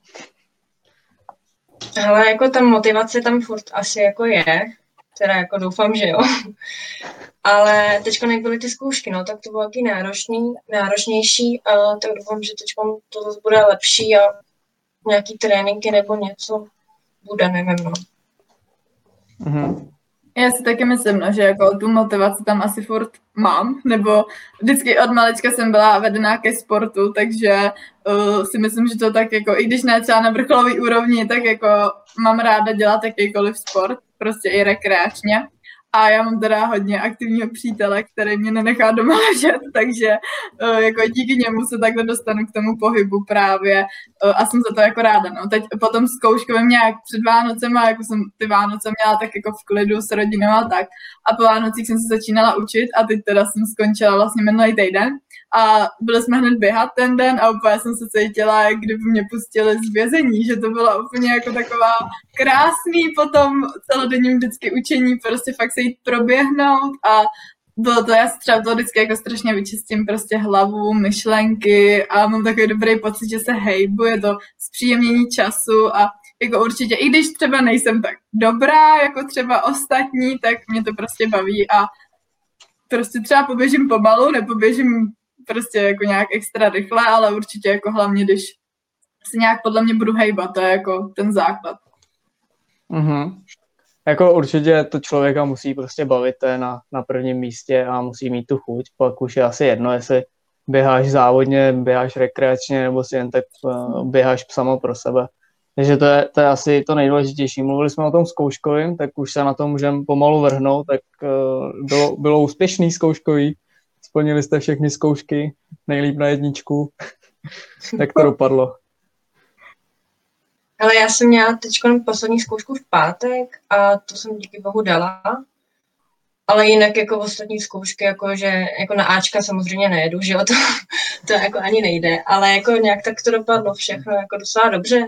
Speaker 4: Ale jako ta motivace tam furt asi jako je, teda jako doufám, že jo. Ale teďko nebyly ty zkoušky, no, tak to bylo taky náročnější, tak doufám, že teďko to zase bude lepší a nějaký tréninky nebo něco bude, nevím, no.
Speaker 3: Mm-hmm.
Speaker 5: Já si taky myslím, no, že jako tu motivaci tam asi furt mám, nebo vždycky od malička jsem byla vedená ke sportu, takže si myslím, že to tak jako, i když ne třeba na vrcholový úrovni, tak jako mám ráda dělat jakýkoliv sport, prostě i rekreačně. A já mám teda hodně aktivního přítele, který mě nenechá doma ležet, takže jako díky němu se takhle dostanu k tomu pohybu právě a jsem za to jako ráda. No. Teď potom zkouškovým nějak před Vánocema, jako jsem ty Vánoce měla tak jako v klidu s rodinou a tak. A po Vánocích jsem se začínala učit a teď teda jsem skončila vlastně minulý týden. A byli jsme hned běhat ten den a úplně jsem se cítila, jak kdyby mě pustili z vězení, že to bylo úplně jako taková krásný potom celodenním vždycky učení, prostě fakt se jít proběhnout a bylo to, já si třeba to vždycky jako strašně vyčistím prostě hlavu, myšlenky a mám takový dobrý pocit, že se hejbu, je to zpříjemnění času a jako určitě, i když třeba nejsem tak dobrá, jako třeba ostatní, tak mě to prostě baví a prostě třeba poběžím pomalu, nepoběžím prostě jako nějak extra rychle, ale určitě jako hlavně, když se nějak podle mě budu hejbat, to je jako ten základ.
Speaker 3: Jako určitě to člověka musí prostě bavit, to je na prvním místě a musí mít tu chuť, pak už je asi jedno, jestli běháš závodně, běháš rekreačně, nebo si jen tak běháš samo pro sebe. Takže to je asi to nejdůležitější. Mluvili jsme o tom zkouškovým, tak už se na to můžeme pomalu vrhnout, tak bylo úspěšný zkouškový, splnili jste všechny zkoušky, nejlíp na jedničku, jak to dopadlo?
Speaker 4: Ale já jsem měla teď poslední zkoušku v pátek a to jsem díky bohu dala. Ale jinak jako ostatní zkoušky, že jako na Ačka samozřejmě nejedu, že jo, to jako ani nejde. Ale jako nějak tak to dopadlo všechno jako docela dobře.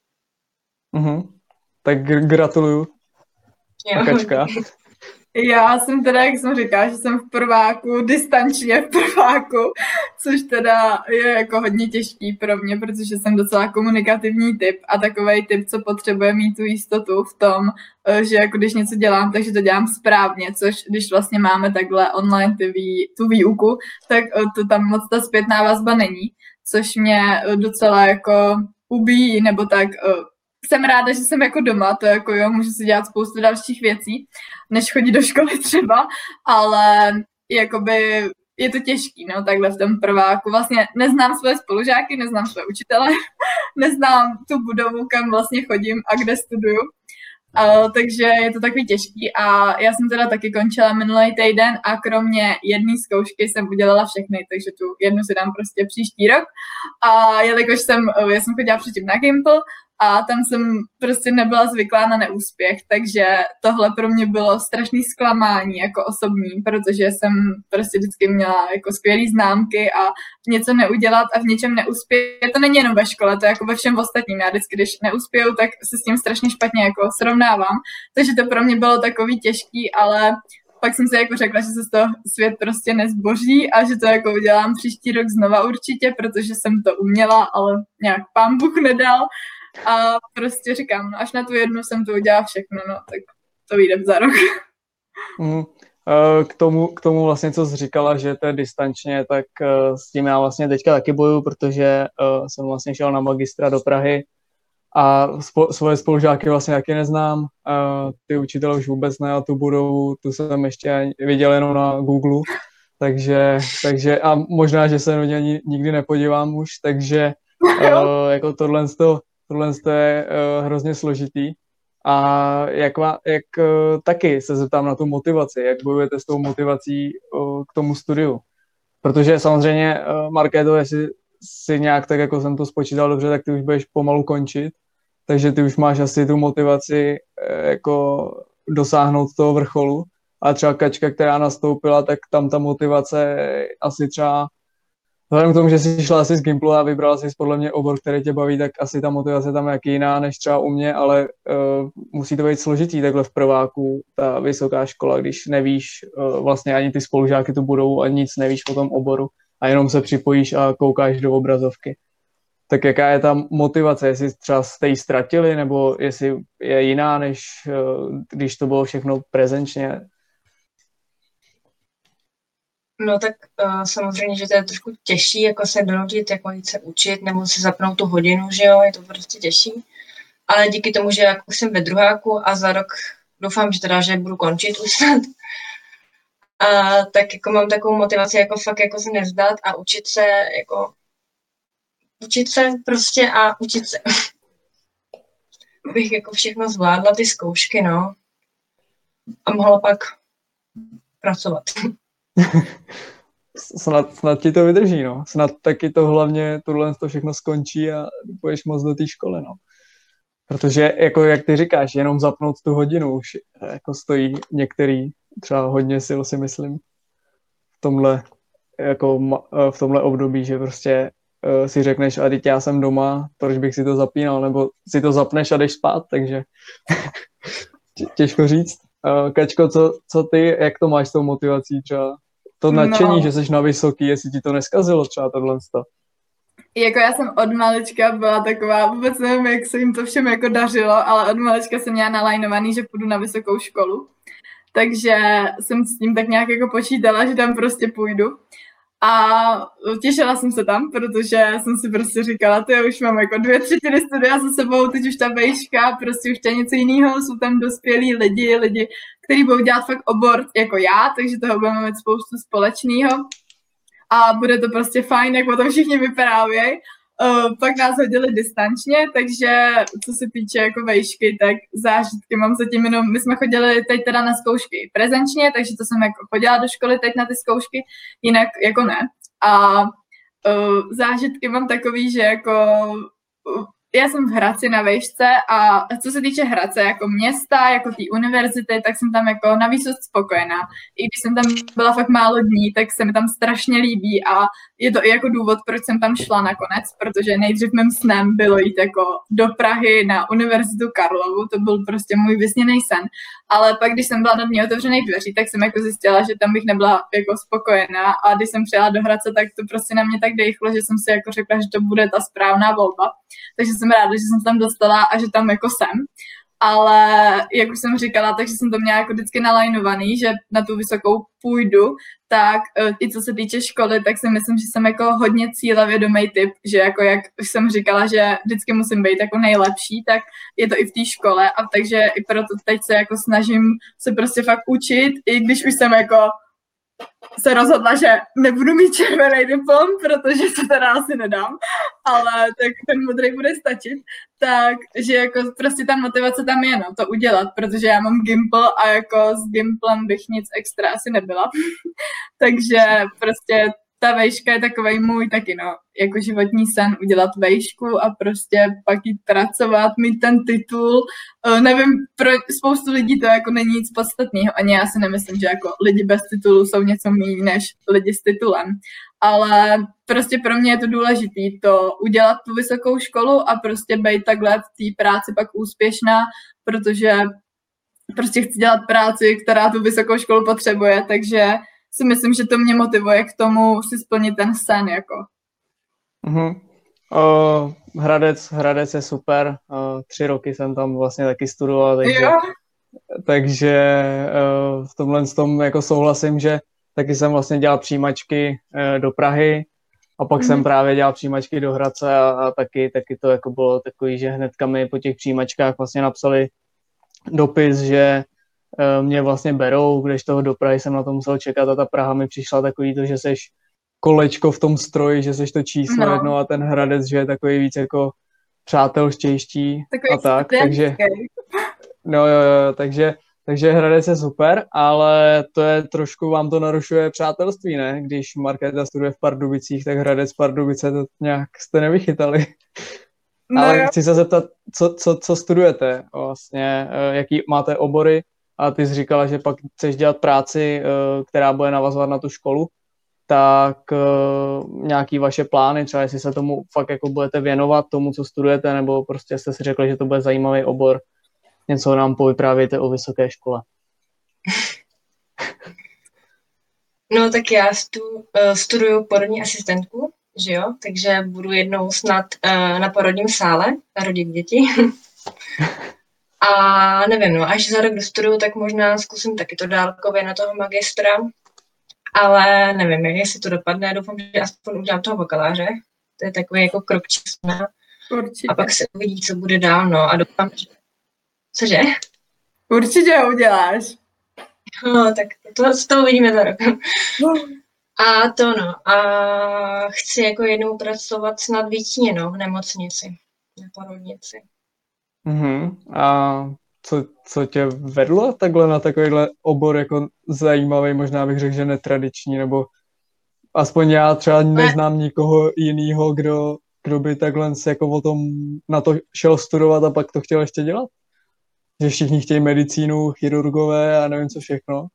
Speaker 3: Tak gratuluju. Kačka.
Speaker 5: Já jsem teda, jak jsem říkala, že jsem v prváku, distančně v prváku, což teda je jako hodně těžký pro mě, protože jsem docela komunikativní typ a takovej typ, co potřebuje mít tu jistotu v tom, že jako když něco dělám, takže to dělám správně, což když vlastně máme takhle online tu výuku, tak to tam moc ta zpětná vazba není, což mě docela jako ubíjí, nebo tak jsem ráda, že jsem jako doma, to jako jo, můžu si dělat spoustu dalších věcí, než chodit do školy třeba, ale jakoby je to těžký, no, takhle v tom prváku. Vlastně neznám své spolužáky, neznám své učitele, neznám tu budovu, kam vlastně chodím a kde studuju, takže je to takový těžký a já jsem teda taky končila minulý týden a kromě jedné zkoušky jsem udělala všechny, takže tu jednu si dám prostě příští rok a jelikož já jsem chodila předtím na Gimple a tam jsem prostě nebyla zvyklá na neúspěch, takže tohle pro mě bylo strašný zklamání jako osobní, protože jsem prostě vždycky měla jako skvělý známky a něco neudělat a v něčem neuspět. To není jenom ve škole, to je jako ve všem ostatním. Já vždycky, když neuspěju, tak se s tím strašně špatně jako srovnávám. Takže to pro mě bylo takový těžký, ale pak jsem si jako řekla, že se z toho svět prostě nezboří a že to jako udělám příští rok znova určitě, protože jsem to uměla, ale nějak pán Bůh nedal. A prostě říkám, no až na tu jednu jsem to udělala všechno, no tak to vyjde za rok.
Speaker 3: K tomu vlastně, co jsi říkala, že to je distančně, tak s tím já vlastně teďka taky bojuju, protože jsem vlastně šel na magistra do Prahy a svoje spolužáky vlastně taky neznám. Ty učitele už vůbec ne a tu budovu, tu jsem ještě viděl jenom na Google, takže a možná, že se na ně nikdy nepodívám už, takže jako tohle je hrozně složitý. A jak taky se zeptám na tu motivaci, jak bojujete s tou motivací k tomu studiu. Protože samozřejmě, Markéto, jestli si nějak tak, jako jsem to spočítal dobře, tak ty už budeš pomalu končit, takže ty už máš asi tu motivaci jako dosáhnout toho vrcholu. A třeba Kačka, která nastoupila, tak tam ta motivace asi třeba vzhledem k tomu, že jsi šla asi z Gimplu a vybrala jsi podle mě obor, který tě baví, tak asi ta motivace tam je jaký jiná než třeba u mě, ale musí to být složitý takhle v prváku, ta vysoká škola, když nevíš vlastně ani ty spolužáky tu budou a nic nevíš o tom oboru a jenom se připojíš a koukáš do obrazovky. Tak jaká je ta motivace, jestli třeba jste ji ztratili, nebo jestli je jiná, než když to bylo všechno prezenčně?
Speaker 4: No tak samozřejmě, že to je trošku těžší, jako se donutit, jako jít se učit, nebo si zapnout tu hodinu, že jo, je to prostě těžší. Ale díky tomu, že jako jsem ve druháku a za rok doufám, že budu končit už snad, tak jako mám takovou motivaci, jako fakt jako se nevzdat a učit se prostě a učit se. Bych jako všechno zvládla, ty zkoušky, no. A mohla pak pracovat.
Speaker 3: snad ti to vydrží, no. Snad taky to hlavně tohle to všechno skončí a půjdeš moc do té školy, no. Protože, jako jak ty říkáš, jenom zapnout tu hodinu už jako stojí některý třeba hodně sil, si myslím, v tomhle období, že prostě si řekneš, a teď já jsem doma, proč bych si to zapínal, nebo si to zapneš a jdeš spát, takže těžko říct. Kačko, co ty, jak to máš s tou motivací třeba? To nadšení, že jsi na vysoký, jestli ti to neskazilo třeba tohle?
Speaker 5: Jako já jsem od malička byla taková, vůbec nevím, jak se jim to všem jako dařilo, ale od malička jsem měla nalajnovaný, že půjdu na vysokou školu. Takže jsem s tím tak nějak jako počítala, že tam prostě půjdu. A těšila jsem se tam, protože jsem si prostě říkala, ty už mám jako 2/3 studia za sebou, teď už ta vejška, prostě už to je něco jiného, jsou tam dospělí lidi, kteří budou dělat fakt obor jako já, takže toho budeme mít spoustu společného. A bude to prostě fajn, jak o tom všichni vyprávějí. Pak nás hodili distančně, takže co se týče jako vejšky, tak zážitky mám zatím jenom, my jsme chodili teď teda na zkoušky prezenčně, takže to jsem jako chodila do školy teď na ty zkoušky, jinak jako ne. A zážitky mám takový, že jako já jsem v Hradci na vejšce a co se týče Hradce jako města, jako té univerzity, tak jsem tam jako navýsost spokojená. I když jsem tam byla fakt málo dní, tak se mi tam strašně líbí a je to i jako důvod, proč jsem tam šla nakonec, protože nejdřív mým snem bylo jít jako do Prahy na Univerzitu Karlovu, to byl prostě můj vysněný sen. Ale pak, když jsem byla na dní otevřených dveří, tak jsem jako zjistila, že tam bych nebyla jako spokojená a když jsem přijela do Hradce, tak to prostě na mě tak dejchlo, že jsem si jako řekla, že to bude ta správná volba. Takže jsem ráda, že jsem se tam dostala a že tam jako jsem. Ale jak už jsem říkala, takže jsem to měla jako vždycky nalajnovaný, že na tu vysokou půjdu, tak i co se týče školy, tak si myslím, že jsem jako hodně cílevědomý typ, že jako jak už jsem říkala, že vždycky musím být jako nejlepší, tak je to i v té škole a takže i proto teď se jako snažím se prostě fakt učit, i když už jsem jako se rozhodla, že nebudu mít červený diplom, protože to teda asi nedám, ale tak ten modrý bude stačit, takže jako prostě ta motivace tam je, no, to udělat, protože já mám Gimpl a jako s Gimplem bych nic extra asi nebyla, takže prostě ta vejška je takovej můj taky, no, jako životní sen udělat vejšku a prostě pak jít pracovat, mít ten titul. Nevím, pro spoustu lidí to jako není nic podstatného, ani já si nemyslím, že jako lidi bez titulu jsou něco méně než lidi s titulem. Ale prostě pro mě je to důležitý, to udělat tu vysokou školu a prostě být takhle v té práci pak úspěšná, protože prostě chci dělat práci, která tu vysokou školu potřebuje, takže si myslím, že to mě motivuje k tomu si splnit ten sen, jako.
Speaker 3: Mhm. Hradec je super, 3 roky jsem tam vlastně taky studoval, takže v tomhle tom jako souhlasím, že taky jsem vlastně dělal přijímačky do Prahy a pak jsem právě dělal přijímačky do Hradce a taky to jako bylo takový, že hnedka mi po těch přijímačkách vlastně napsali dopis, že mě vlastně berou, když toho do Prahy jsem na to musel čekat a ta Praha mi přišla takový to, že seš kolečko v tom stroji, že seš to číslo jedno a ten Hradec, že je takový víc jako přátelštější a tak, takže jo, takže Hradec je super, ale to je trošku, vám to narušuje přátelství, ne? Když Markéta studuje v Pardubicích, tak Hradec, Pardubice, to nějak jste nevychytali. No, ale chci se zeptat, co studujete vlastně, jaký máte obory a ty jsi říkala, že pak chceš dělat práci, která bude navazovat na tu školu, tak nějaký vaše plány, třeba jestli se tomu fakt jako budete věnovat tomu, co studujete, nebo prostě jste si řekli, že to bude zajímavý obor, něco nám povyprávějte o vysoké škole.
Speaker 4: No tak já studuju porodní asistentku, že jo, takže budu jednou snad na porodním sále rodit děti. A nevím, no, až za rok dostuduju, tak možná zkusím taky to dálkově na toho magistra, ale nevím, jestli to dopadne, doufám, že aspoň udělám toho bakaláře, to je takový jako krok číslo. A pak se uvidí, co bude dál, no, a doufám, že... Cože?
Speaker 5: Určitě ho uděláš.
Speaker 4: No, tak to uvidíme za rok. A to no, a chci jako jednou pracovat snad vícně, no, v nemocnici, na porodnici.
Speaker 3: A co tě vedlo takhle na takovýhle obor jako zajímavý, možná bych řekl, že netradiční, nebo aspoň já třeba neznám nikoho jinýho, kdo by takhle jako o tom na to šel studovat a pak to chtěl ještě dělat? Že všichni chtějí medicínu, chirurgové a nevím co všechno.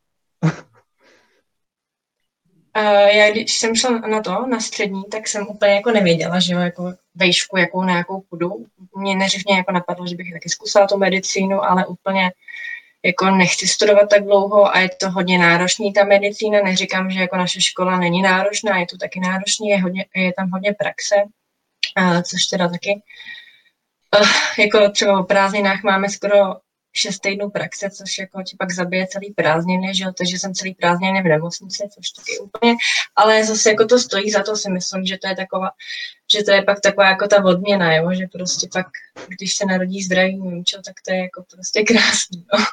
Speaker 4: Já když jsem šla na střední, tak jsem úplně jako nevěděla, že jo, jako vejšku, jakou na jakou půjdu. Mě neřivně jako napadlo, že bych taky zkusila tu medicínu, ale úplně jako nechci studovat tak dlouho a je to hodně náročný ta medicína. Neříkám, že jako naše škola není náročná, je to taky náročný, je tam hodně praxe, což teda taky jako třeba o prázdninách máme skoro 6 týdnů praxe, což jako ti pak zabije celý prázdniny, že jo, takže jsem celý prázdniny v nemocnici, což taky úplně, ale zase jako to stojí za to, si myslím, že to je taková, že to je pak taková jako ta odměna, jo, že prostě pak, když se narodí zdravý mimčo, tak to je jako prostě krásný, no.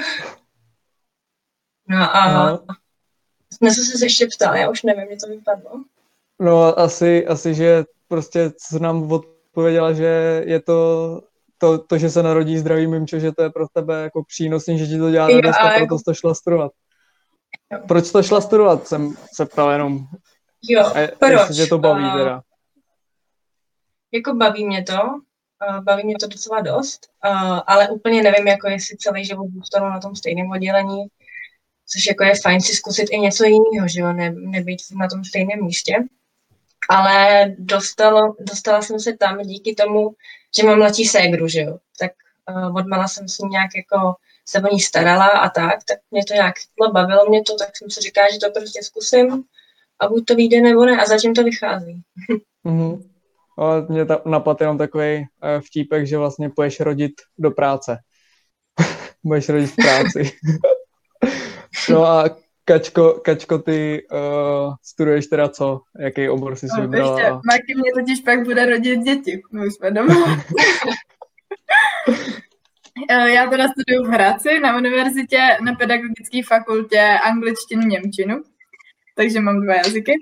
Speaker 4: No a jsme se ještě ptali, já už nevím, mě to vypadlo.
Speaker 3: No asi, že prostě se nám odpověděla, že je to, že se narodí zdravý mimčo, že to je pro tebe jako přínosný, že ti to dělá radost a proto jsi to šla studovat. Jo. Proč to šla studovat, jsem se ptal jenom.
Speaker 4: Jo, proč?
Speaker 3: Jestli tě to baví teda.
Speaker 4: Jako baví mě to docela dost, ale úplně nevím, jako jestli celý život zůstanu na tom stejném oddělení, což jako je fajn si zkusit i něco jiného, že jo, nebýt na tom stejném místě. Ale dostala jsem se tam díky tomu, že mám mladší ségru, že jo, tak odmala jsem si nějak jako se o ní starala a tak mě to nějak chytlo, bavilo mě to, tak jsem si říkala, že to prostě zkusím a buď to vyjde nebo ne a zatím to vychází.
Speaker 3: Mm-hmm. Ale mě napadl jenom takový vtípek, že vlastně půjdeš rodit do práce. Budeš rodit v práci. No a Kačko, ty studuješ teda co? Jaký obor jsi vybrala?
Speaker 5: Ještě, Marky mě totiž pak bude rodit děti. My už jsme doma. Já teda studuju v Hradci na univerzitě na pedagogické fakultě angličtinu, němčinu. Takže mám 2 jazyky.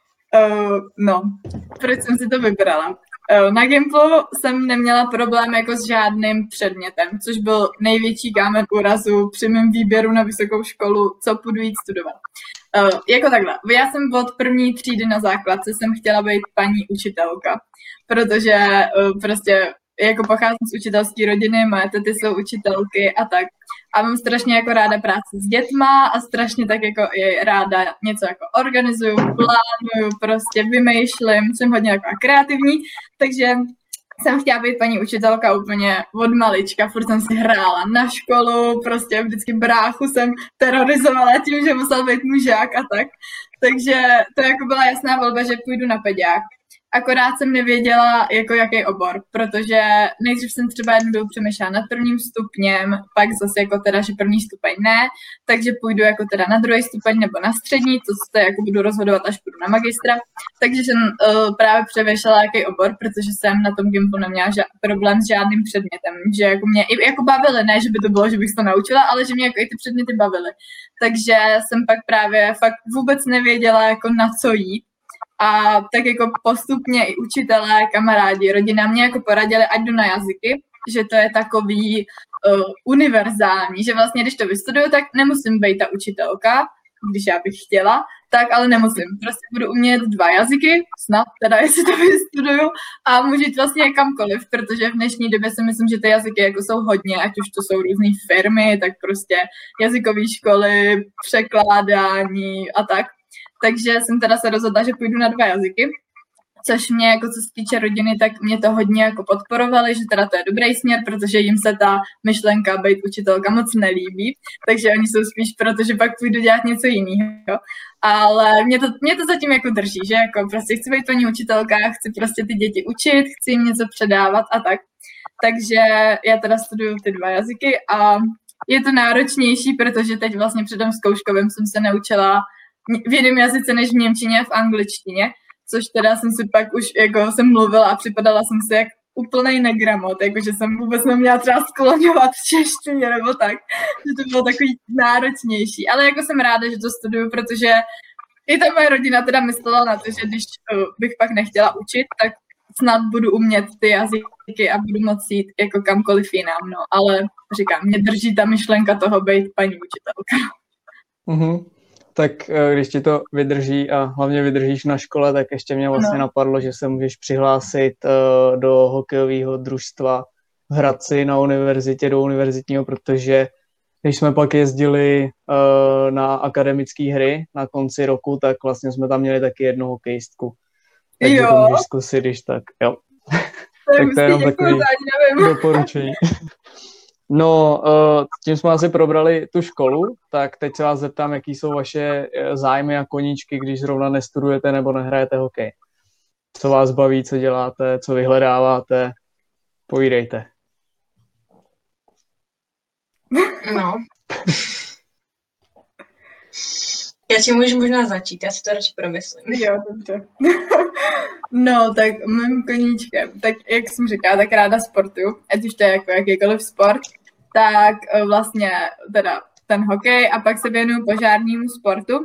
Speaker 5: No, proč jsem si to vybrala? Na Gimplu jsem neměla problém jako s žádným předmětem, což byl největší kámen úrazu při mém výběru na vysokou školu, co půjdu jít studovat. Jako takhle, já jsem od 1. třídy na základce jsem chtěla být paní učitelka, protože prostě jako pocházím z učitelské rodiny, moje tety jsou učitelky a tak. A mám strašně jako ráda práci s dětma a strašně tak jako i ráda něco jako organizuju, plánuju, prostě vymýšlím, jsem hodně jako kreativní, takže jsem chtěla být paní učitelka úplně od malička, furt jsem si hrála na školu, prostě vždycky bráchu jsem terorizovala tím, že musel být mužák a tak. Takže to jako byla jasná volba, že půjdu na pediák. Akorát jsem nevěděla, jako jaký obor, protože nejdřív jsem třeba jednou dobu přemýšlela nad 1. stupněm, pak zase jako teda, že 1. stupeň ne, takže půjdu jako teda na 2. stupeň nebo na střední, to se jako budu rozhodovat, až půjdu na magistra. Takže jsem právě přemýšlela, jaký obor, protože jsem na tom Gimplu neměla problém s žádným předmětem, že jako mě i jako bavily, ne, že by to bylo, že bych to naučila, ale že mě jako i ty předměty bavily. Takže jsem pak právě fakt vůbec nevěděla, jako na co jít. A tak jako postupně i učitelé, kamarádi, rodina mě jako poradili, ať jdu na jazyky, že to je takový univerzální, že vlastně, když to vystuduju, tak nemusím být ta učitelka, když já bych chtěla, tak ale nemusím. Prostě budu umět 2 jazyky, snad teda, jestli to vystuduju, a můžu jít vlastně kamkoliv, protože v dnešní době si myslím, že ty jazyky jako jsou hodně, ať už to jsou různé firmy, tak prostě jazykové školy, překládání a tak. Takže jsem teda se rozhodla, že půjdu na 2 jazyky, což mě, jako co se týče rodiny, tak mě to hodně jako podporovali, že teda to je dobrý směr, protože jim se ta myšlenka být učitelka moc nelíbí, takže oni jsou spíš proto, že pak půjdu dělat něco jiného. Ale mě to zatím jako drží, že jako prostě chci být paní učitelka, chci prostě ty děti učit, chci jim něco předávat a tak. Takže já teda studuju ty 2 jazyky a je to náročnější, protože teď vlastně před tím zkouškovým jsem se naučila v jiném jazyce než v němčině a v angličtině, což teda jsem si pak už, jako jsem mluvila a připadala jsem si jak úplnej negramot, jakože jsem vůbec neměla třeba skloňovat v češtině nebo tak, že to bylo takový náročnější, ale jako jsem ráda, že to studuju, protože i ta moje rodina teda myslela na to, že když bych pak nechtěla učit, tak snad budu umět ty jazyky a budu moci jít jako kamkoliv jinam, no, ale říkám, mě drží ta myšlenka toho být paní učitelka.
Speaker 3: Mhm. Tak když ti to vydrží a hlavně vydržíš na škole, tak ještě mě vlastně napadlo, že se můžeš přihlásit do hokejového družstva v Hradci na univerzitě, do univerzitního, protože když jsme pak jezdili na akademické hry na konci roku, tak vlastně jsme tam měli taky jednu hokejistku. Takže to můžeš zkusit, když tak, jo. Tak to je jenom takový doporučení. No, tím jsme asi probrali tu školu, tak teď se vás zeptám, jaký jsou vaše zájmy a koníčky, když zrovna nestudujete nebo nehrajete hokej. Co vás baví, co děláte, co vyhledáváte, povídejte.
Speaker 4: No. Já ti můžu možná začít, já si to radši promyslím.
Speaker 5: Jo, dobře. No, tak mým koníčkem, tak jak jsem říkala, tak ráda sportuju, ať už to je jako jakýkoliv sport, tak vlastně teda ten hokej a pak se věnuju požárnímu sportu.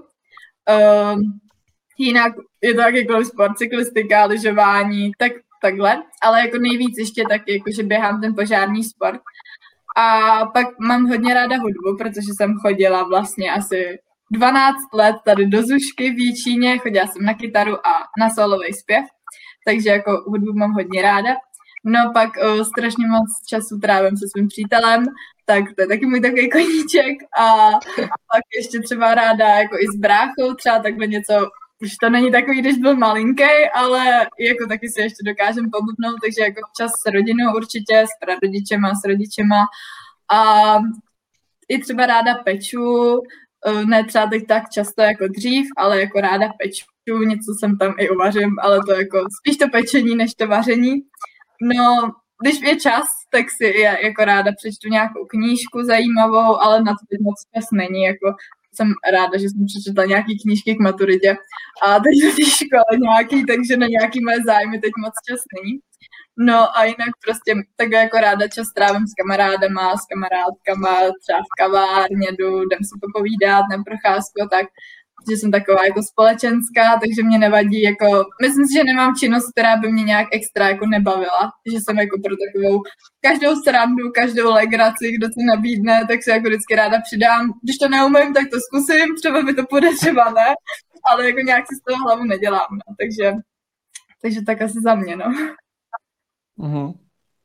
Speaker 5: Jinak je to jakýkoliv sport, cyklistika, lyžování, takhle, ale jako nejvíc ještě tak, jako, že běhám ten požární sport. A pak mám hodně ráda hudbu, protože jsem chodila vlastně asi 12 let tady do Zušky v Jičíně, chodila jsem na kytaru a na solový zpěv, takže jako hudbu mám hodně ráda. No pak strašně moc času trávím se svým přítelem, tak to je taky můj takový koníček a pak ještě třeba ráda jako i s bráchou, třeba takhle něco, už to není takový, když byl malinký, ale jako taky si ještě dokážem pobudnout, takže jako čas s rodinou určitě, s prarodičema, s rodičema a i třeba ráda peču, ne třeba teď tak často jako dřív, ale jako ráda peču, něco jsem tam i uvařím, ale to jako spíš to pečení, než to vaření. No, když je čas, tak si jako ráda přečtu nějakou knížku zajímavou, ale na to teď moc čas není, jako jsem ráda, že jsem přečetla nějaký knížky k maturitě a teď do té školy nějaký, takže na nějaký moje zájmy teď moc čas není. No a jinak prostě tak jako ráda čas trávím s kamarádama, s kamarádkama, třeba v kavárně jdem si popovídat na procházku a tak, že jsem taková jako společenská, takže mě nevadí, jako, myslím si, že nemám činnost, která by mě nějak extra jako nebavila, že jsem jako pro takovou každou srandu, každou legraci, kdo to nabídne, tak se jako vždycky ráda přidám, když to neumím, tak to zkusím, třeba mi to půjde, třeba ne, ale jako nějak si z toho hlavu nedělám, no, takže tak asi za mě, no.
Speaker 3: Mhm.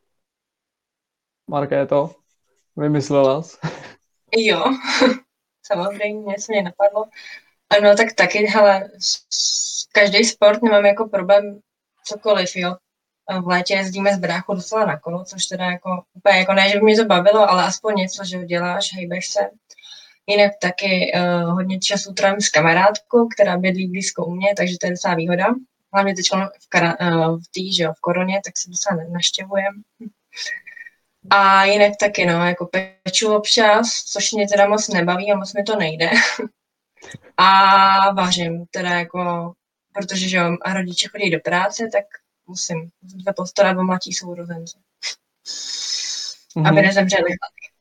Speaker 3: Markéto, vymyslela jsi?
Speaker 4: Jo, samozřejmě, něco mě napadlo. Ano, tak taky, hele, každý sport nemám jako problém cokoliv, jo. V létě jezdíme z bráchu docela na kolo, což teda jako úplně jako ne, že by mě to bavilo, ale aspoň něco, že děláš, hejbeš se. Jinak taky hodně času trávím s kamarádkou, která bydlí blízko u mě, takže to je docela výhoda. Hlavně teď v koroně, tak se docela naštěvujem. A jinak taky, no, jako peču občas, což mě teda moc nebaví a moc mi to nejde. A vařím, teda jako, protože že jo, a rodiče chodí do práce, tak musím se postarat o mladší sourozence. Aby nezemřeli.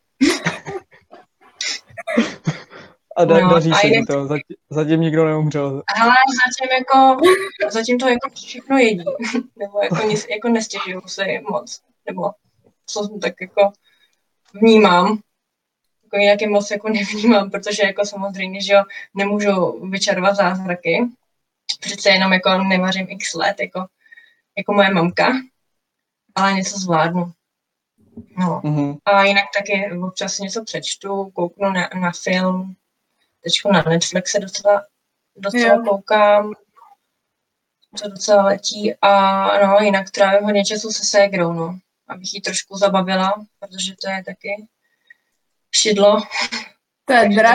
Speaker 3: A daří se mi to, zatím nikdo neumřel.
Speaker 4: Ale zatím to jako všechno jedí, nebo jako nestěžuju si moc, nebo co jsem tak jako vnímám. Jako jinak je moc jako nevnímám, protože jako samozřejmě, že jo, nemůžu vyčarovat zázraky. Přece jenom jako nevařím x let, jako moje mamka, ale něco zvládnu. No. Mm-hmm. A jinak taky občas něco přečtu, kouknu na film, teďko na Netflixe docela koukám, to docela letí a no, jinak trávím hodně času se ségrou, no, abych ji trošku zabavila, protože to je taky šidlo.
Speaker 5: To je drak.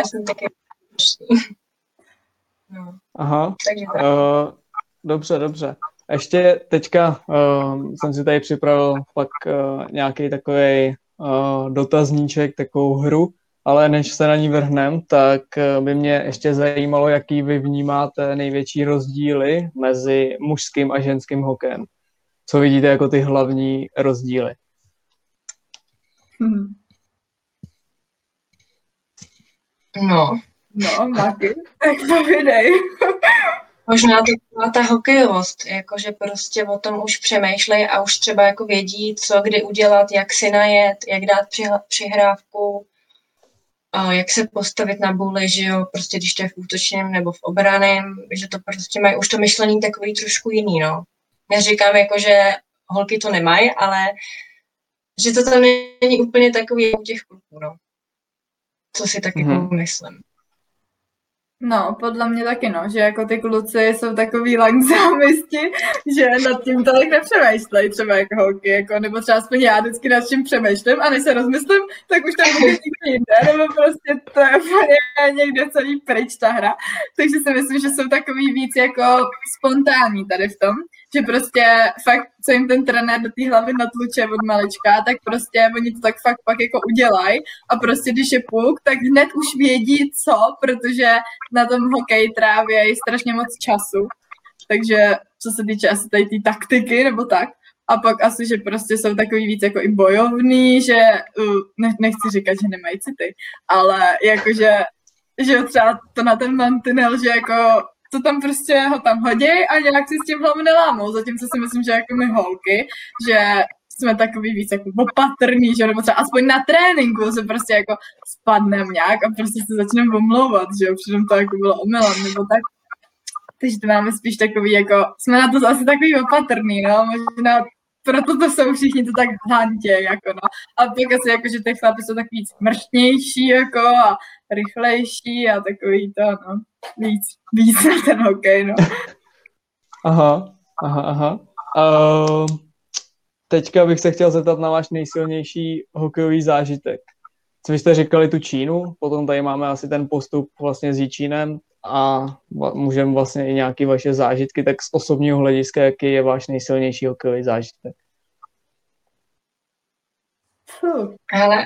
Speaker 3: No. Aha, dobře. Ještě teďka jsem si tady připravil pak nějaký takový dotazníček, takovou hru, ale než se na ní vrhnem, tak by mě ještě zajímalo, jaký vy vnímáte největší rozdíly mezi mužským a ženským hokejem. Co vidíte jako ty hlavní rozdíly?
Speaker 4: No,
Speaker 5: Maky, tak povídej.
Speaker 4: Možná to byla ta hokejovost, jakože prostě o tom už přemýšlej a už třeba jako vědí, co kdy udělat, jak si najet, jak dát přihrávku, jak se postavit na buli, že jo, prostě když to je v útočném nebo v obraném, že to prostě mají už to myšlení takový trošku jiný, no. Neříkám jako, že holky to nemají, ale že to tam není úplně takový u těch kluků, no. Co si tak jako myslím.
Speaker 5: No, podle mě taky, no, že jako ty kluci jsou takový langzámisti, že nad tím tolik nepřemýšlej, třeba jako holky, jako, nebo třeba aspoň já vždycky nad čím přemýšlím a než se rozmyslím, tak už tam bude někde jinde, nebo prostě to je úplně někde celý pryč ta hra. Takže si myslím, že jsou takový víc jako spontánní tady v tom, že prostě fakt, co jim ten trenér do té hlavy natluče od malička, tak prostě oni to tak fakt pak jako udělají a prostě když je puk, tak hned už vědí co, protože na tom hokeji tráví strašně moc času. Takže co se týče asi tady té taktiky nebo tak, a pak asi, že prostě jsou takový víc jako i bojovný, že nechci říkat, že nemají city, ale jakože že třeba to na ten mantinel, že jako to tam prostě ho tam hoděj a nějak si s tím hlavu nelámou. Zatímco si myslím, že jako my holky, že jsme takový víc jako opatrný, že nebo třeba aspoň na tréninku se prostě jako spadneme nějak a prostě se začneme omlouvat, že jo, přitom to jako bylo omylem nebo tak. Takže to máme spíš takový jako, jsme na to asi takový opatrný, no, možná proto to jsou všichni to tak hantěj, jako no. A pak asi jako, že ty chlapy jsou tak víc mrštnější, jako a rychlejší a takový to, no, víc na ten hokej, no.
Speaker 3: Aha. Teďka bych se chtěl zeptat na váš nejsilnější hokejový zážitek. Co vy jste říkali tu Čínu, potom tady máme asi ten postup vlastně s Jičínem a můžeme vlastně i nějaké vaše zážitky, tak z osobního hlediska, jaký je váš nejsilnější hokejový zážitek?
Speaker 4: Hele,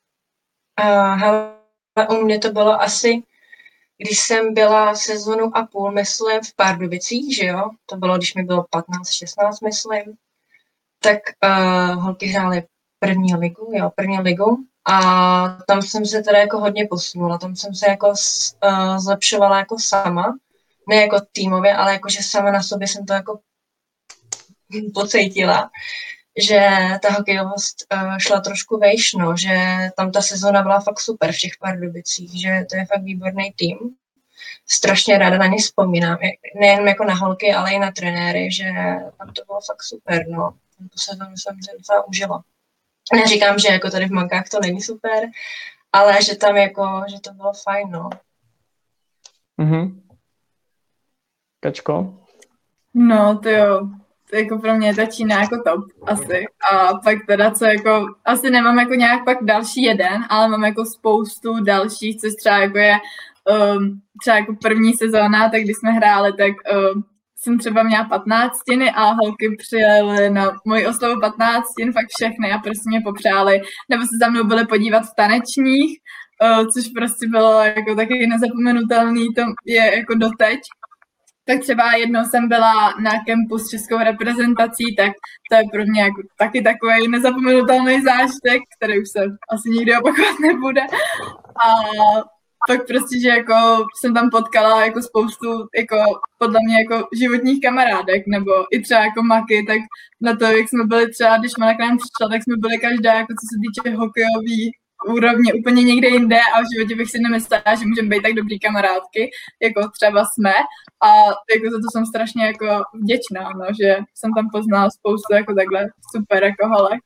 Speaker 4: u mě to bylo asi, když jsem byla sezonu a půl, myslím, v Pardubicích, že jo? To bylo, když mi bylo 15-16, myslím. Tak holky hrály první ligu. A tam jsem se teda jako hodně posunula. Tam jsem se jako zlepšovala jako sama. Ne jako týmově, ale jako, že sama na sobě jsem to jako pocítila, že ta hokejovost šla trošku vejš, no, že tam ta sezona byla fakt super v těch Pardubicích, že to je fakt výborný tým. Strašně ráda na ně vzpomínám, nejen jako na holky, ale i na trenéry, že tam to bylo fakt super, no. Tu sezonu jsem se docela užila. Neříkám, že jako tady v Mankách to není super, ale že tam jako, že to bylo fajn, no.
Speaker 3: Mhm. Kačko?
Speaker 5: No, to jo. To jako pro mě ta Čína jako top asi. A pak teda co jako, asi nemám jako nějak pak další jeden, ale mám jako spoustu dalších, což třeba jako je třeba jako první sezóna, tak když jsme hráli, tak jsem třeba měla 15 a holky přijeli na moji oslavu 15, fakt všechny a prostě mě popřáli, nebo se za mnou byly podívat v tanečních, což prostě bylo jako taky nezapomenutelný, to je jako doteď. Tak třeba jednou jsem byla na kempu s českou reprezentací, tak to je pro mě jako taky takový nezapomenutelný zážitek, který už se asi nikdy opakovat nebude. A pak prostě, že jako jsem tam potkala jako spoustu, jako podle mě jako životních kamarádek, nebo i třeba jako Maky, tak na to, jak jsme byli třeba, když Mana k nám přišla, tak jsme byli každá, jako co se týče hokejový úrovně úplně někde jinde a v životě bych si nemyslela, že můžeme být tak dobrý kamarádky, jako třeba jsme. A jako za to jsem strašně jako vděčná, no, že jsem tam poznala spoustu jako takhle super jako holek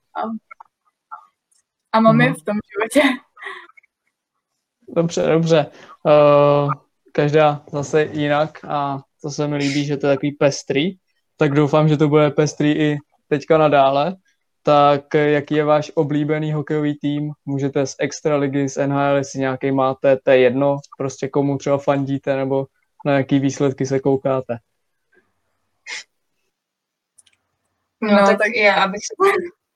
Speaker 5: a mám je v tom životě.
Speaker 3: Dobře. Každá zase jinak a to se mi líbí, že to je takový pestrý, tak doufám, že to bude pestrý i teďka nadále. Tak jaký je váš oblíbený hokejový tým? Můžete z Extraligy, z NHL, jestli nějaký máte, to je jedno, prostě komu třeba fandíte, nebo na jaký výsledky se koukáte?
Speaker 4: No tak já, abych se...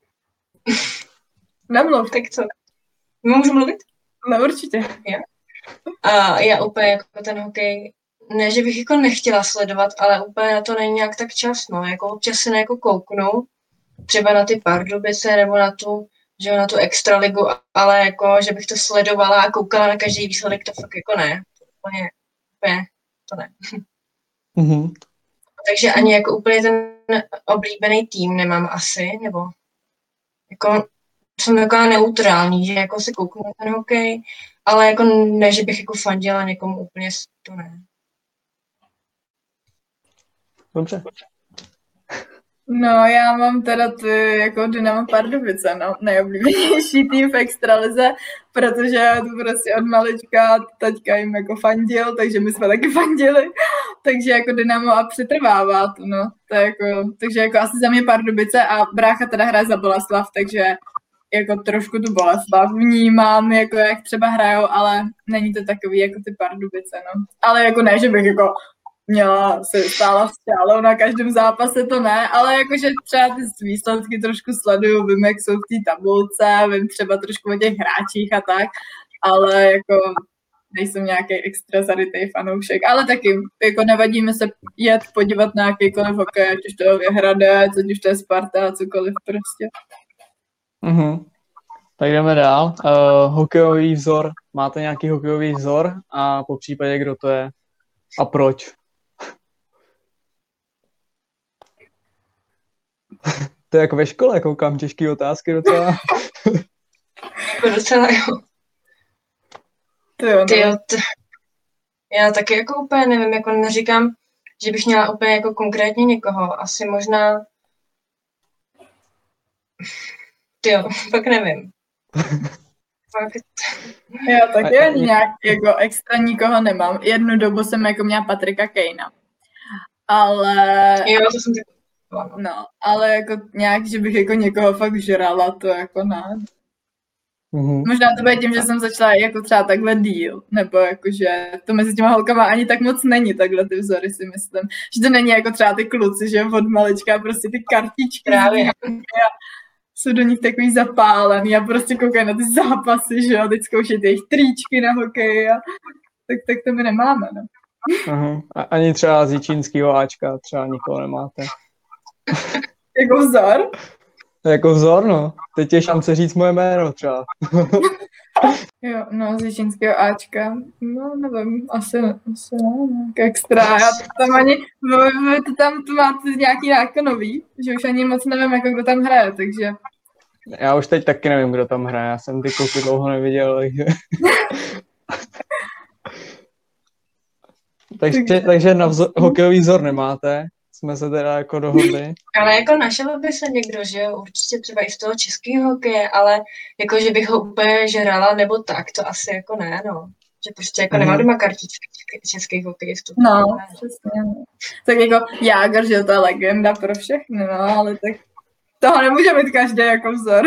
Speaker 5: Nemluv.
Speaker 4: Tak co? Můžu mluvit?
Speaker 5: No určitě.
Speaker 4: Já úplně jako ten hokej, ne, že bych jako nechtěla sledovat, ale úplně na to není nějak tak čas, no. Jako občas se jako kouknu, třeba na ty Pardubice nebo na tu Extraligu, ale jako, že bych to sledovala a koukala na každý výsledek, to fakt jako ne. Úplně to ne.
Speaker 3: Mm-hmm.
Speaker 4: Takže ani jako úplně ten oblíbený tým nemám asi, nebo jako jsem taková neutrální, že jako si kouknu na ten hokej, ale jako ne, že bych jako fandila někomu úplně, to ne.
Speaker 3: Dobře.
Speaker 5: No, já mám teda ty jako Dynamo Pardubice, no, nejoblíbenější tým v extralize, protože to prostě od malička taťka jim jako fandil, takže my jsme taky fandili, takže jako Dynamo a přetrvává to, no, to jako, takže jako asi za mě Pardubice a brácha teda hraje za Boleslav, takže jako trošku tu Boleslav vnímám, jako jak třeba hrajou, ale není to takový jako ty Pardubice, no, ale jako ne, že bych jako stála s čálou na každém zápase, to ne, ale jakože třeba ty výsledky trošku sleduju, vím, jak jsou v té tabulce, vím třeba trošku o těch hráčích a tak, ale jako nejsem nějaký extra zarytej fanoušek, ale taky jako nevadí mi se jet podívat na jakýkoliv hokej, ať už to je Hradec, ať už to je Sparta, cokoliv prostě.
Speaker 3: Mhm. Tak jdeme dál. Hokejový vzor. Máte nějaký hokejový vzor a po případě kdo to je a proč? To je jako ve škole, koukám těžké otázky docela.
Speaker 4: Jako docela, jo. Já taky jako úplně nevím, jako neříkám, že bych měla úplně jako konkrétně někoho. Asi možná... fakt nevím.
Speaker 5: Já taky ani nějak jako extra nikoho nemám. Jednu dobu jsem jako měla Patrika Kejna. Ale...
Speaker 4: Jo, to jsem taky...
Speaker 5: No, ale jako nějak, že bych jako někoho fakt žrala, to jako ne.
Speaker 3: Mm-hmm.
Speaker 5: Možná to bude tím, že jsem začala jako třeba takhle díl, nebo jakože to mezi těma holkama ani tak moc není takhle ty vzory, si myslím. Že to není jako třeba ty kluci, že od malička prostě ty kartičky.
Speaker 4: Právě.
Speaker 5: Jsou do nich takový zapálený a prostě koukají na ty zápasy, že jo, teď zkoušejí jejich tričky na hokej a tak to my nemáme, no.
Speaker 3: Uh-huh. Ani třeba z Jičínského Ačka třeba nikoho nemáte.
Speaker 5: Jako vzor?
Speaker 3: Jako vzor, no. Teď je šance říct moje jméno třeba.
Speaker 5: Jo, no, z Jičínského Ačka, no, nevím, asi ne, nějak extra, já tam ani, vy to tam to máte nějaký nákonový, že už ani moc nevím, jako kdo tam hraje, takže...
Speaker 3: Já už teď taky nevím, kdo tam hraje, já jsem ty kluky dlouho neviděl, takže na hokejový vzor nemáte, jsme se teda jako dohodli.
Speaker 4: Ale jako našel by se někdo, že jo, určitě třeba i z toho českého hokeje, ale jako, že bych ho úplně žrala nebo tak, to asi jako ne, no. Že prostě jako nemám doma kartičky českých hokejistů.
Speaker 5: No, přesně. Tak jako Jágr, že to je legenda pro všechny, no, ale tak toho nemůže mít každý jako vzor.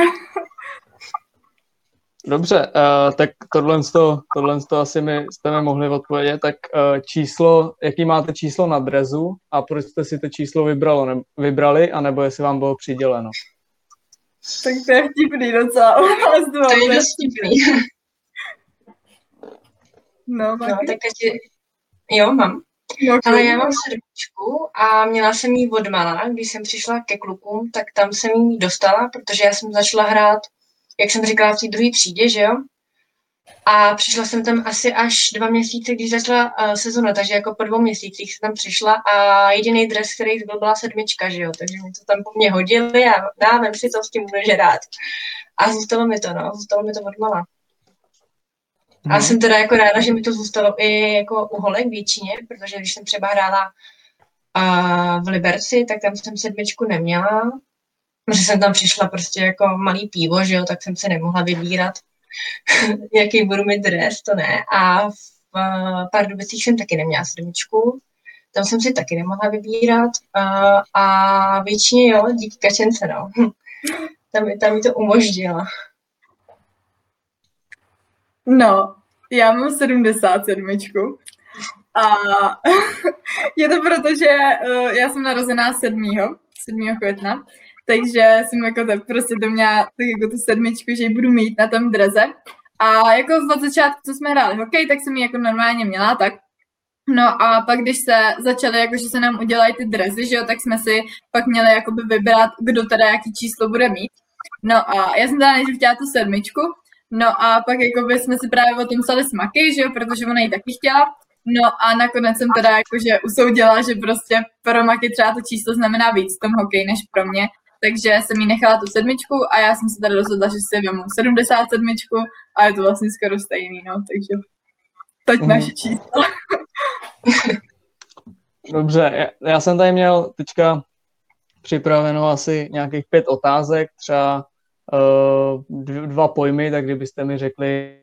Speaker 3: Dobře, tak tohle asi jste mi mohli odpovědět. Tak jaký máte číslo na dresu a proč jste si to číslo vybrali, anebo jestli vám bylo přiděleno?
Speaker 5: Tak to je vtipný docela.
Speaker 4: To je dost vtipný.
Speaker 5: No,
Speaker 4: tak jo, mám. Ale já mám srdečku a měla jsem ji odmala, když jsem přišla ke klukům, tak tam jsem ji dostala, protože já jsem začala hrát, jak jsem říkala, v té druhé třídě, že jo? A přišla jsem tam asi až 2 měsíce, když začala sezona, takže jako po 2 měsících jsem tam přišla a jediný dres, který byla 7, že jo? Takže mi to tam po mně hodili a vem si to, s tím budeš hrát. A zůstalo mi to odmala. A jsem teda jako ráda, že mi to zůstalo i jako u holek většině, protože když jsem třeba hrála v Liberci, tak tam jsem 7 neměla. Protože jsem tam přišla prostě jako malý pivo, že jo, tak jsem se nemohla vybírat, jaký budu mít dres, to ne. A v Pardubicích jsem taky neměla 7, tam jsem si taky nemohla vybírat. A většině jo, díky Kačence, no. Tam mi to umožnila.
Speaker 5: No, já mám 77. A je to proto, že já jsem narozená 7. května, takže jsem jako tak prostě to měla tak jako tu 7, že ji budu mít na tom dreze. A jako od začátku, co jsme hráli hokej, tak jsem ji jako normálně měla, tak. No a pak, když se začaly, jakože se nám udělají ty drezy, že jo, tak jsme si pak měli jakoby vybrat, kdo teda jaký číslo bude mít. No a já jsem teda nejdřív chtěla tu 7, no a pak jakoby jsme si právě o tom psali s Maky, že jo, protože ona ji taky chtěla. No a nakonec jsem teda jakože usoudila, že prostě pro Maky třeba to číslo znamená víc v tom hokeji než pro mě. Takže jsem jí nechala tu 7 a já jsem se tady rozhodla, že si vemu 77 a je to vlastně skoro stejný, no, takže teď naše čísla.
Speaker 3: Dobře, já jsem tady měl teďka připraveno asi nějakých 5 otázek, třeba 2 pojmy, tak kdybyste mi řekli,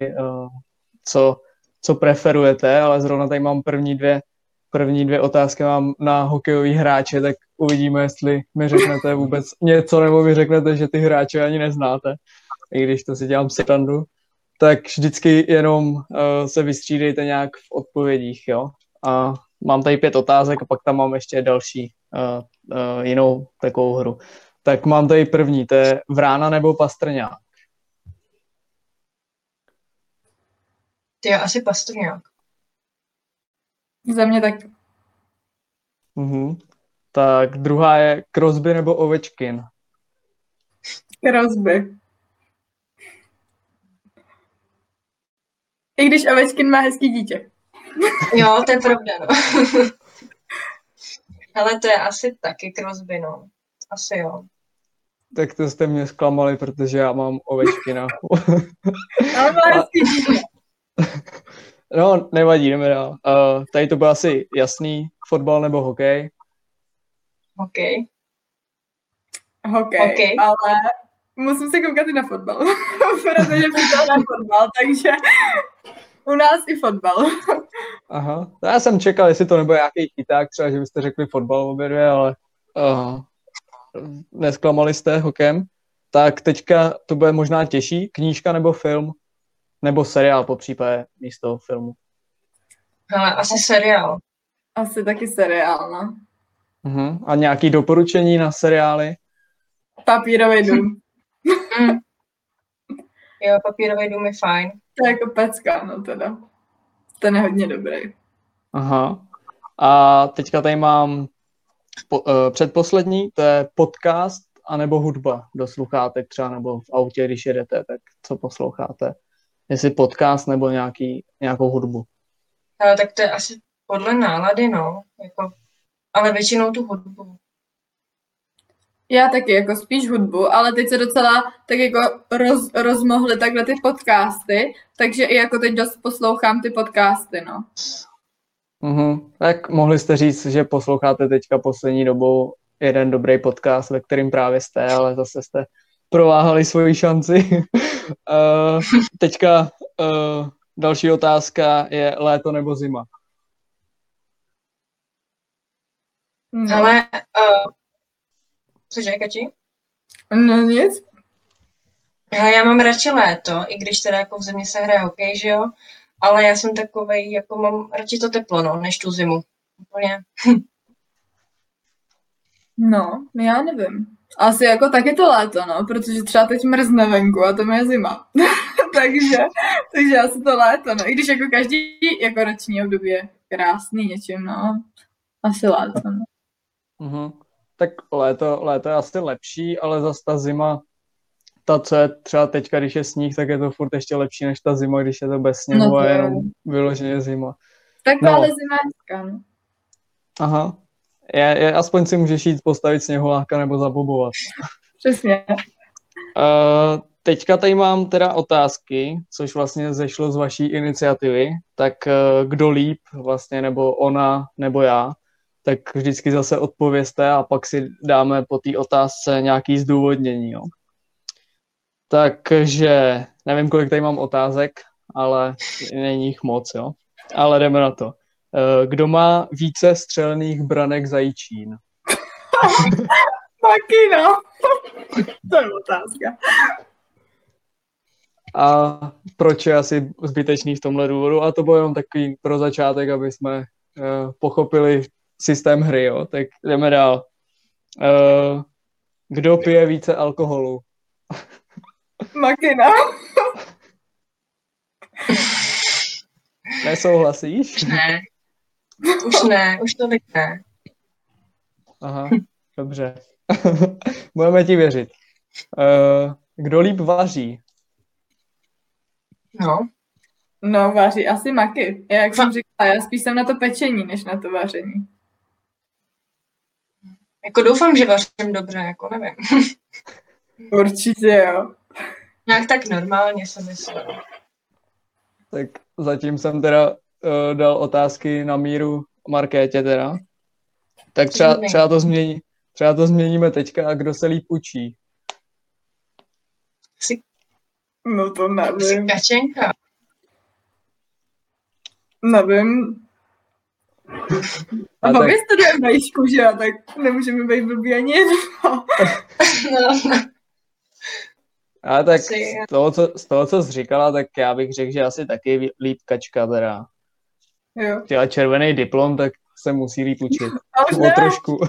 Speaker 3: co preferujete, ale zrovna tady mám první dvě otázky mám na hokejový hráče, tak uvidíme, jestli mi řeknete vůbec něco, nebo mi řeknete, že ty hráče ani neznáte, i když to si dělám srandu. Tak vždycky jenom se vystřídejte nějak v odpovědích, jo? A mám tady 5 otázek a pak tam mám ještě další jinou takovou hru. Tak mám tady první, to je Vrána nebo Pastrňák?
Speaker 4: Ty jo, asi Pastrňák.
Speaker 5: Za mě tak
Speaker 3: Tak druhá je Crosby nebo Ovečkin?
Speaker 5: Crosby. I když Ovečkin má hezký dítě.
Speaker 4: Jo, to je pravda, no. Ale to je asi taky Crosby, no. Asi jo.
Speaker 3: Tak to jste mě zklamali, protože já mám Ovečkina.
Speaker 5: Ale má hezký dítě.
Speaker 3: No, nevadí, jdeme dál. Tady to bylo asi jasný, fotbal nebo hokej?
Speaker 4: Hokej.
Speaker 5: Hokej, ale musím se koukat i na fotbal. Protože přítel na fotbal, takže u nás i fotbal.
Speaker 3: Aha, já jsem čekal, jestli to nebude nějaký chyták, třeba, že byste řekli fotbal obě dvě, ale nesklamali jste hokejem. Tak teďka to bude možná těžší, knížka nebo film, nebo seriál po případě místo filmu.
Speaker 4: Hele, asi seriál.
Speaker 5: Asi taky seriál, no.
Speaker 3: A nějaký doporučení na seriály?
Speaker 5: Papírový dům.
Speaker 4: Jo, Papírový dům je fajn.
Speaker 5: To je jako pecka, no teda. Ten je hodně dobrý.
Speaker 3: Aha. A teďka tady mám předposlední, to je podcast anebo hudba do sluchátek třeba, nebo v autě, když jedete, tak co posloucháte? Jestli podcast nebo nějakou hudbu.
Speaker 4: Ale tak to je asi podle nálady, no. Jako, ale většinou tu hudbu.
Speaker 5: Já taky jako spíš hudbu, ale teď se docela tak jako rozmohly takhle ty podcasty, takže i jako teď dost poslouchám ty podcasty, no.
Speaker 3: Tak mohli jste říct, že posloucháte teďka poslední dobou jeden dobrý podcast, ve kterým právě jste, ale zase jste prováhali svoji šanci. Teďka další otázka je léto nebo zima?
Speaker 5: No.
Speaker 4: Ale, cože, Kači?
Speaker 5: No nic.
Speaker 4: Hele, já mám radši léto, i když teda jako v zimě se hraje hokej, že jo? Ale já jsem takovej, jako mám radši to teplo, no, než tu zimu. Úplně.
Speaker 5: No, já nevím. Asi jako taky to léto, no, protože třeba teď mrzne venku a to je zima. takže asi to léto, no. I když jako každý jako roční období je krásný něčím, no. Asi léto, no.
Speaker 3: Tak léto je asi lepší, ale zase ta zima, ta, co je třeba teďka, když je sníh, tak je to furt ještě lepší než ta zima, když je to bez sněhu a jenom vyloženě zima.
Speaker 5: Tak no. Ale zima je hezká, no.
Speaker 3: Aha. Aspoň si můžeš jít postavit sněhuláka nebo zabobovat.
Speaker 5: Přesně.
Speaker 3: Teďka tady mám teda otázky, což vlastně zešlo z vaší iniciativy, tak kdo líp vlastně, nebo ona, nebo já, tak vždycky zase odpovězte a pak si dáme po té otázce nějaký zdůvodnění. Jo. Takže nevím, kolik tady mám otázek, ale není jich moc, jo. Ale jdeme na to. Kdo má více střelných branek za Jičín?
Speaker 5: Makina. To je otázka.
Speaker 3: A proč je asi zbytečný v tomhle důvodu? A to bylo jenom takový pro začátek, aby jsme pochopili systém hry, jo. Tak jdeme dál. Kdo pije více alkoholu?
Speaker 5: Makina.
Speaker 3: Nesouhlasíš?
Speaker 4: Ne. Už to ne.
Speaker 3: Aha, dobře. Budeme ti věřit. Kdo líp vaří?
Speaker 5: No, vaří asi Maky. Jak jsem říkala, já spíš jsem na to pečení, než na to vaření.
Speaker 4: Jako doufám, že vařím dobře, jako nevím.
Speaker 5: Určitě jo.
Speaker 4: Nějak tak normálně se myslím.
Speaker 3: Tak zatím jsem teda dal otázky na míru Markétě teda. Tak třeba to změníme teďka, a kdo se líp učí.
Speaker 5: No to nevím.
Speaker 4: Kačenka.
Speaker 5: Nevím. A obě studujeme vejšku, že jo, tak nemůžeme být blbý ani jedno.
Speaker 4: No.
Speaker 3: A tak z toho, co jsi říkala, tak já bych řekl, že asi taky líp Kačka teda.
Speaker 5: Jo.
Speaker 3: Chtěla červený diplom, tak se musí líp učit.
Speaker 5: A už
Speaker 3: O
Speaker 5: ne.
Speaker 3: trošku.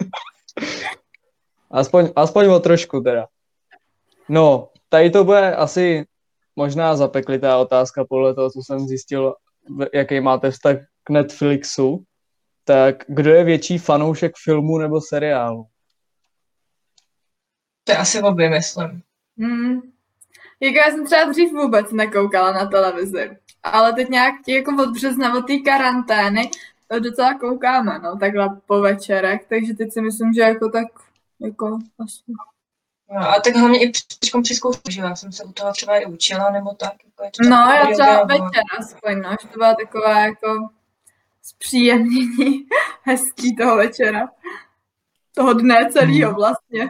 Speaker 3: Aspoň o trošku teda. No, tady to bude asi možná zapeklitá otázka podle toho, co jsem zjistil, jaký máte vztah k Netflixu. Tak kdo je větší fanoušek filmu nebo seriálu?
Speaker 4: To je asi obě, myslím.
Speaker 5: Jako já jsem třeba dřív vůbec nekoukala na televizi, ale teď nějak jako od března, od té karantény docela koukáme, no, takhle po večerech, takže teď si myslím, že jako tak, jako asi.
Speaker 4: No, a tak hlavně i při zkoušku, že já jsem se u toho třeba i učila, nebo tak. Jako je to
Speaker 5: No,
Speaker 4: takový
Speaker 5: já třeba
Speaker 4: audio,
Speaker 5: večer aspoň, no, že to byla taková jako zpříjemnění hezký toho večera. Toho dne celého vlastně.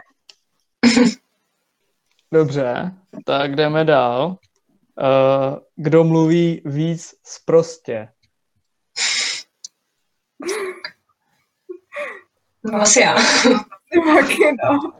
Speaker 3: Dobře, tak jdeme dál. Kdo mluví víc sprostě?
Speaker 4: No, asi já.
Speaker 5: Taky, no.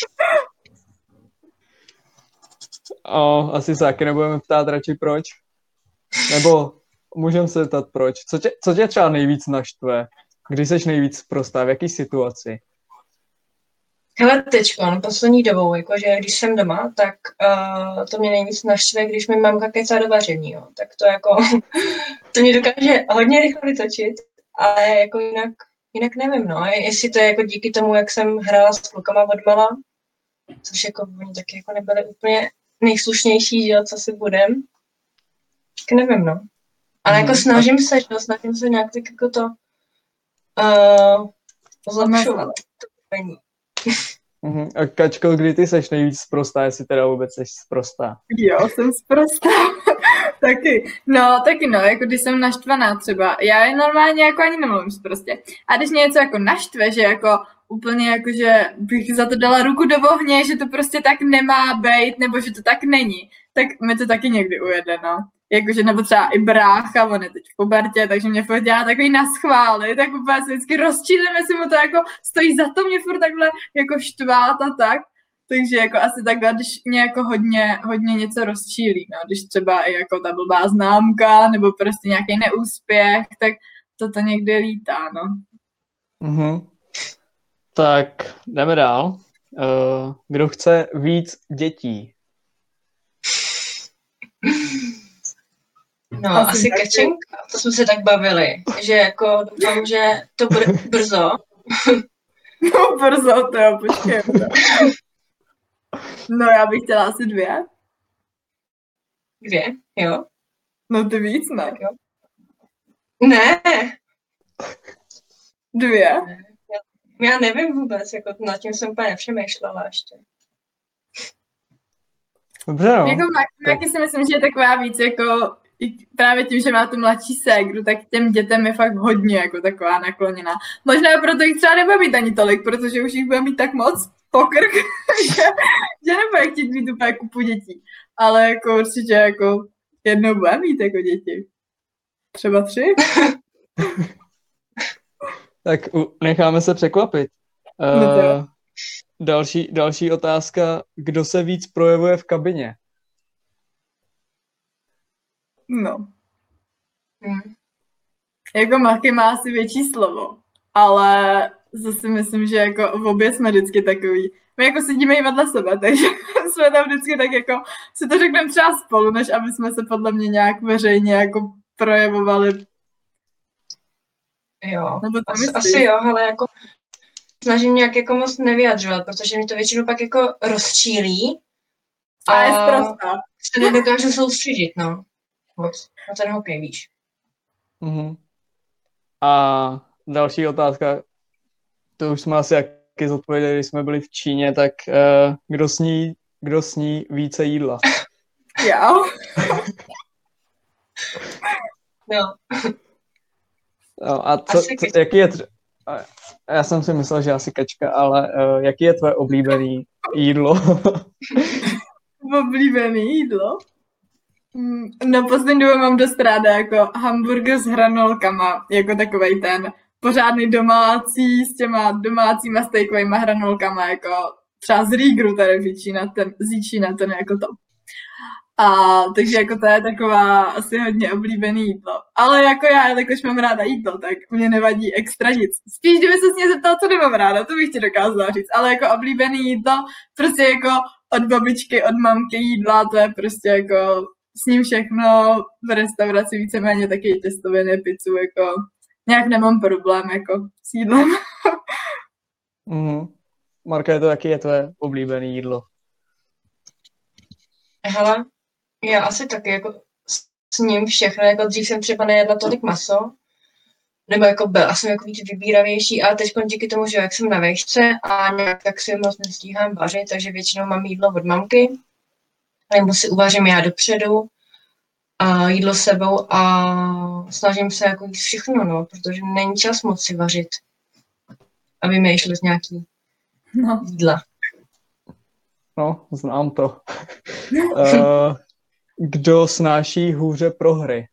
Speaker 3: Asi se taky nebudeme ptát radši proč. Nebo můžeme se ptát proč. Co tě třeba nejvíc naštve? Kdy seš nejvíc sprostá? V jaký situaci?
Speaker 4: Hele, teďko, no, poslední dobou, jakože když jsem doma, tak to mě nejvíc naštve, když mi mamka kecá do vaření, jo. Tak to jako, to mě dokáže hodně rychle vytočit, ale jako jinak nevím, no. Jestli to je jako díky tomu, jak jsem hrála s klukama odmala, což jako oni taky jako nebyli úplně nejslušnější, že jo, co si budem. Tak nevím, no. Ale jako snažím se nějak tak jako to zlepšovat. To není.
Speaker 3: A Kačko, kdy ty seš nejvíc sprostá, jestli teda vůbec seš sprostá?
Speaker 5: Jo, jsem sprostá. Taky no, jako když jsem naštvaná třeba. Já normálně jako ani nemluvím sprostě. A když mě něco jako naštve, že jako úplně jako, že bych za to dala ruku do ohně, že to prostě tak nemá být, nebo že to tak není, tak mi to taky někdy ujede, no. Jakože, nebo třeba i brácha, on je teď v pubertě, takže mě furt dělá takový naschvály, tak úplně se vždycky rozčílím, jestli mu to jako stojí za to mě furt takhle jako štvát a tak. Takže jako asi takhle, když mě jako hodně něco rozčílí, no, když třeba i jako ta blbá známka, nebo prostě nějaký neúspěch, tak to někdy lítá, no.
Speaker 3: Tak jdeme dál. Kdo chce víc dětí?
Speaker 4: No, asi Kačenka, to jsme se tak bavili, že jako doufám, že to bude brzo.
Speaker 5: No brzo, to jo, počkej. No já bych chtěla asi 2.
Speaker 4: 2, jo?
Speaker 5: No ty víc, ne?
Speaker 4: Jo. Ne.
Speaker 5: 2?
Speaker 4: Já nevím vůbec, jako nad tím jsem úplně nepřemýšlela ještě.
Speaker 3: Dobře, no.
Speaker 5: Jako Maky si myslím, že je taková víc jako i právě tím, že má tu mladší ségru, tak těm dětem je fakt hodně jako taková nakloněná. Možná proto jich třeba nebude mít ani tolik, protože už jich bude mít tak moc pokrk, že nebude chtít mít úplně kupu dětí. Ale jako určitě jako jednou bude mít jako děti. Třeba 3.
Speaker 3: Tak necháme se překvapit. Další otázka. Kdo se víc projevuje v kabině?
Speaker 5: No. Jako Maky má asi větší slovo, ale zase myslím, že jako v obě jsme vždycky takový. My jako sedíme i vedle sebe, takže jsme tam vždycky tak jako si to řekneme třeba spolu, než aby jsme se podle mě nějak veřejně jako projevovali.
Speaker 4: Jo, asi jo, ale jako snažím nějak jako moc nevyjadřovat, protože mi to většinou pak jako rozčílí.
Speaker 5: A je sprostá.
Speaker 4: Se nedokážu soustředit, no. Na ten hokej, víš.
Speaker 3: A další otázka, to už jsme asi taky zodpověděli, když jsme byli v Číně, tak kdo sní více jídla?
Speaker 5: Já.
Speaker 4: No.
Speaker 3: No a jaký je já jsem si myslel, že asi Kačka, ale jaký je tvoje oblíbené jídlo?
Speaker 5: Oblíbené jídlo? No poslední dobou mám dost ráda jako hamburger s hranolkama, jako takovej ten pořádný domácí s těma domácíma stejkovýma hranolkama, jako třeba z Rígru tady v Zíčína, ten jako to. A takže jako to je taková asi hodně oblíbený jídlo. Ale jako já, jakož mám ráda jídlo, tak mě nevadí extra nic. Spíš, kdyby se mě zeptal, co nemám ráda, to bych ti dokázala říct. Ale jako oblíbený jídlo, prostě jako od babičky, od mamky jídla, to je prostě jako s ním všechno v restauraci víceméně taky těstoviny, pizzu, jako nějak nemám problém jako s jídlem.
Speaker 3: Markéto, jaký je tvoje oblíbené jídlo?
Speaker 4: Hele, já asi taky jako s ním všechno, jako dřív jsem třeba nejedla tolik maso, nebo jako byla jsem jako víc vybíravější, ale teď díky tomu, že jak jsem na vejšce a nějak tak si moc nestíhám vařit, takže většinou mám jídlo od mamky, nebo si uvařím já dopředu a jídlo s sebou a snažím se jako jíst všechno, no, protože není čas moc si vařit, aby mi šlo z nějaký jídla.
Speaker 3: No, znám to. Kdo snáší hůře prohry?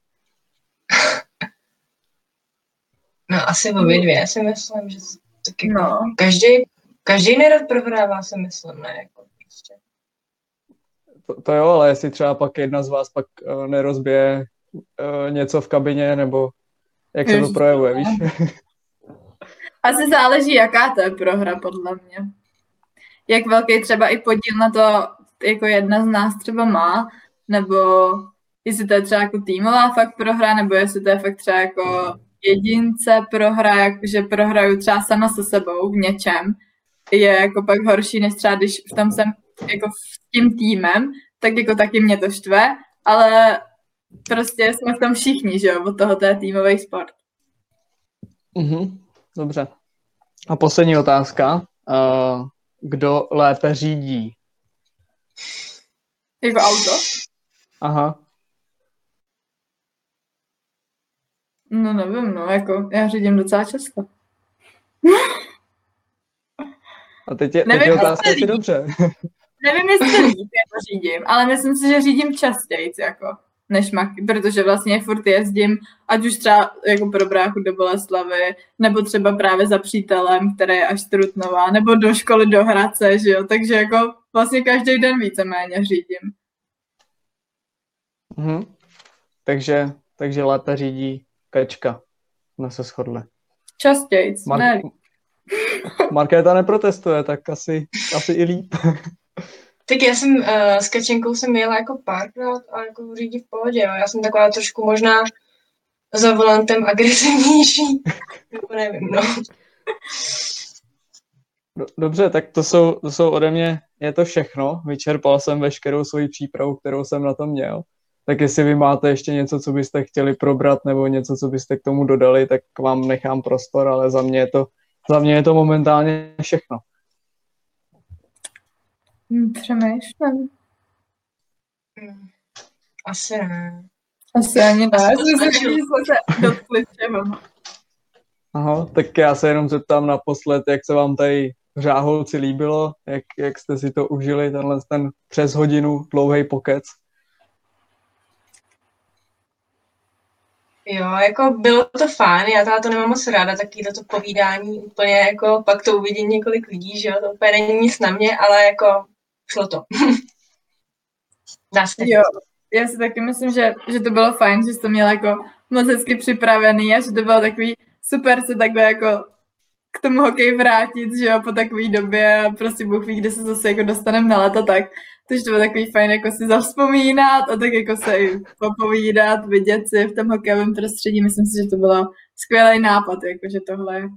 Speaker 4: No, asi obě dvě, si myslím, že tak jako
Speaker 5: No.
Speaker 4: každý nerad prohrává, si myslím, ne, jako prostě.
Speaker 3: To jo, ale jestli třeba pak jedna z vás pak nerozbije něco v kabině, nebo jak se to projevuje, víš?
Speaker 5: Asi záleží, jaká to je prohra, podle mě. Jak velký třeba i podíl na to, jako jedna z nás třeba má, nebo jestli to je třeba jako týmová fakt prohra, nebo jestli to je fakt třeba jako jedince prohra, že prohraju třeba sama se sebou v něčem, je jako pak horší, než třeba když v tom jsem jako s tím týmem, tak jako taky mě to štve, ale prostě jsme v tom všichni, že jo, od toho to je týmový sport.
Speaker 3: Dobře. A poslední otázka. Kdo lépe řídí?
Speaker 5: Jako auto?
Speaker 3: Aha.
Speaker 5: No nevím, no, jako já řídím docela často.
Speaker 3: A teď je otázka, jestli dobře.
Speaker 5: Nevím, jestli líp jako řídím, ale myslím si, že řídím častěji, jako, než Maki, protože vlastně furt jezdím, ať už třeba jako pro bráchu do Boleslavy, nebo třeba právě za přítelem, který je až z Trutnova, nebo do školy do Hradce, že jo, takže jako vlastně každý den víceméně řídím.
Speaker 3: Takže lépe řídí Kačka. Jsme se shodli.
Speaker 5: Častěji, ne.
Speaker 3: Markéta neprotestuje, tak asi i líp.
Speaker 4: Tak já jsem s Kačenkou jsem jela jako párkrát a jako řídí v pohodě, jo. Já jsem taková trošku možná za volantem agresivnější, nebo nevím, no.
Speaker 3: Dobře, tak to jsou ode mě, je to všechno. Vyčerpal jsem veškerou svoji přípravu, kterou jsem na to měl. Tak jestli vy máte ještě něco, co byste chtěli probrat, nebo něco, co byste k tomu dodali, tak vám nechám prostor, ale za mě je to momentálně všechno.
Speaker 5: Přemýšlím.
Speaker 4: Asi ne.
Speaker 5: Asi ani ne. Jsme se dotkli všeho.
Speaker 3: Aha, tak já se jenom zeptám naposled, jak se vám tady v Řáholci líbilo, jak jste si to užili, ten přes hodinu dlouhý pokec.
Speaker 4: Jo, jako bylo to fajn, já to nemám moc ráda, taky to povídání úplně jako, pak to uvidí několik lidí, že jo, to úplně není nic na mě, ale jako šlo to. Dá se.
Speaker 5: Jo, já si taky myslím, že to bylo fajn, že jsi to měla jako moc hezky připravený a že to bylo takový super se takhle jako k tomu hokeji vrátit, že jo, po takové době a prostě Bůh ví, kde se zase jako dostaneme na léta, tak takže to bylo takový fajn jako si zavzpomínat a tak jako se i popovídat, vidět si v tom hokejovém prostředí. Myslím si, že to bylo skvělý nápad, jakože tohle je.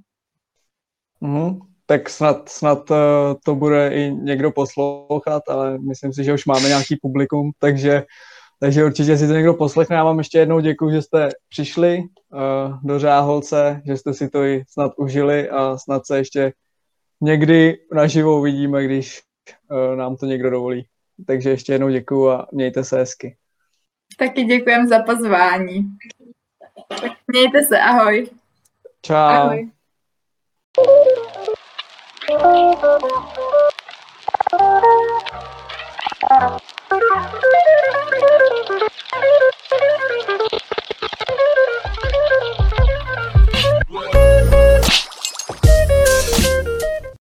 Speaker 3: Tak snad to bude i někdo poslouchat, ale myslím si, že už máme nějaký publikum, takže určitě si to někdo poslechne. Já vám ještě jednou děkuji, že jste přišli do Řáholce, že jste si to i snad užili a snad se ještě někdy naživo uvidíme, když nám to někdo dovolí. Takže ještě jednou děkuji a mějte se hezky.
Speaker 5: Taky děkujem za pozvání. Mějte se, ahoj.
Speaker 3: Čau.
Speaker 4: Ahoj.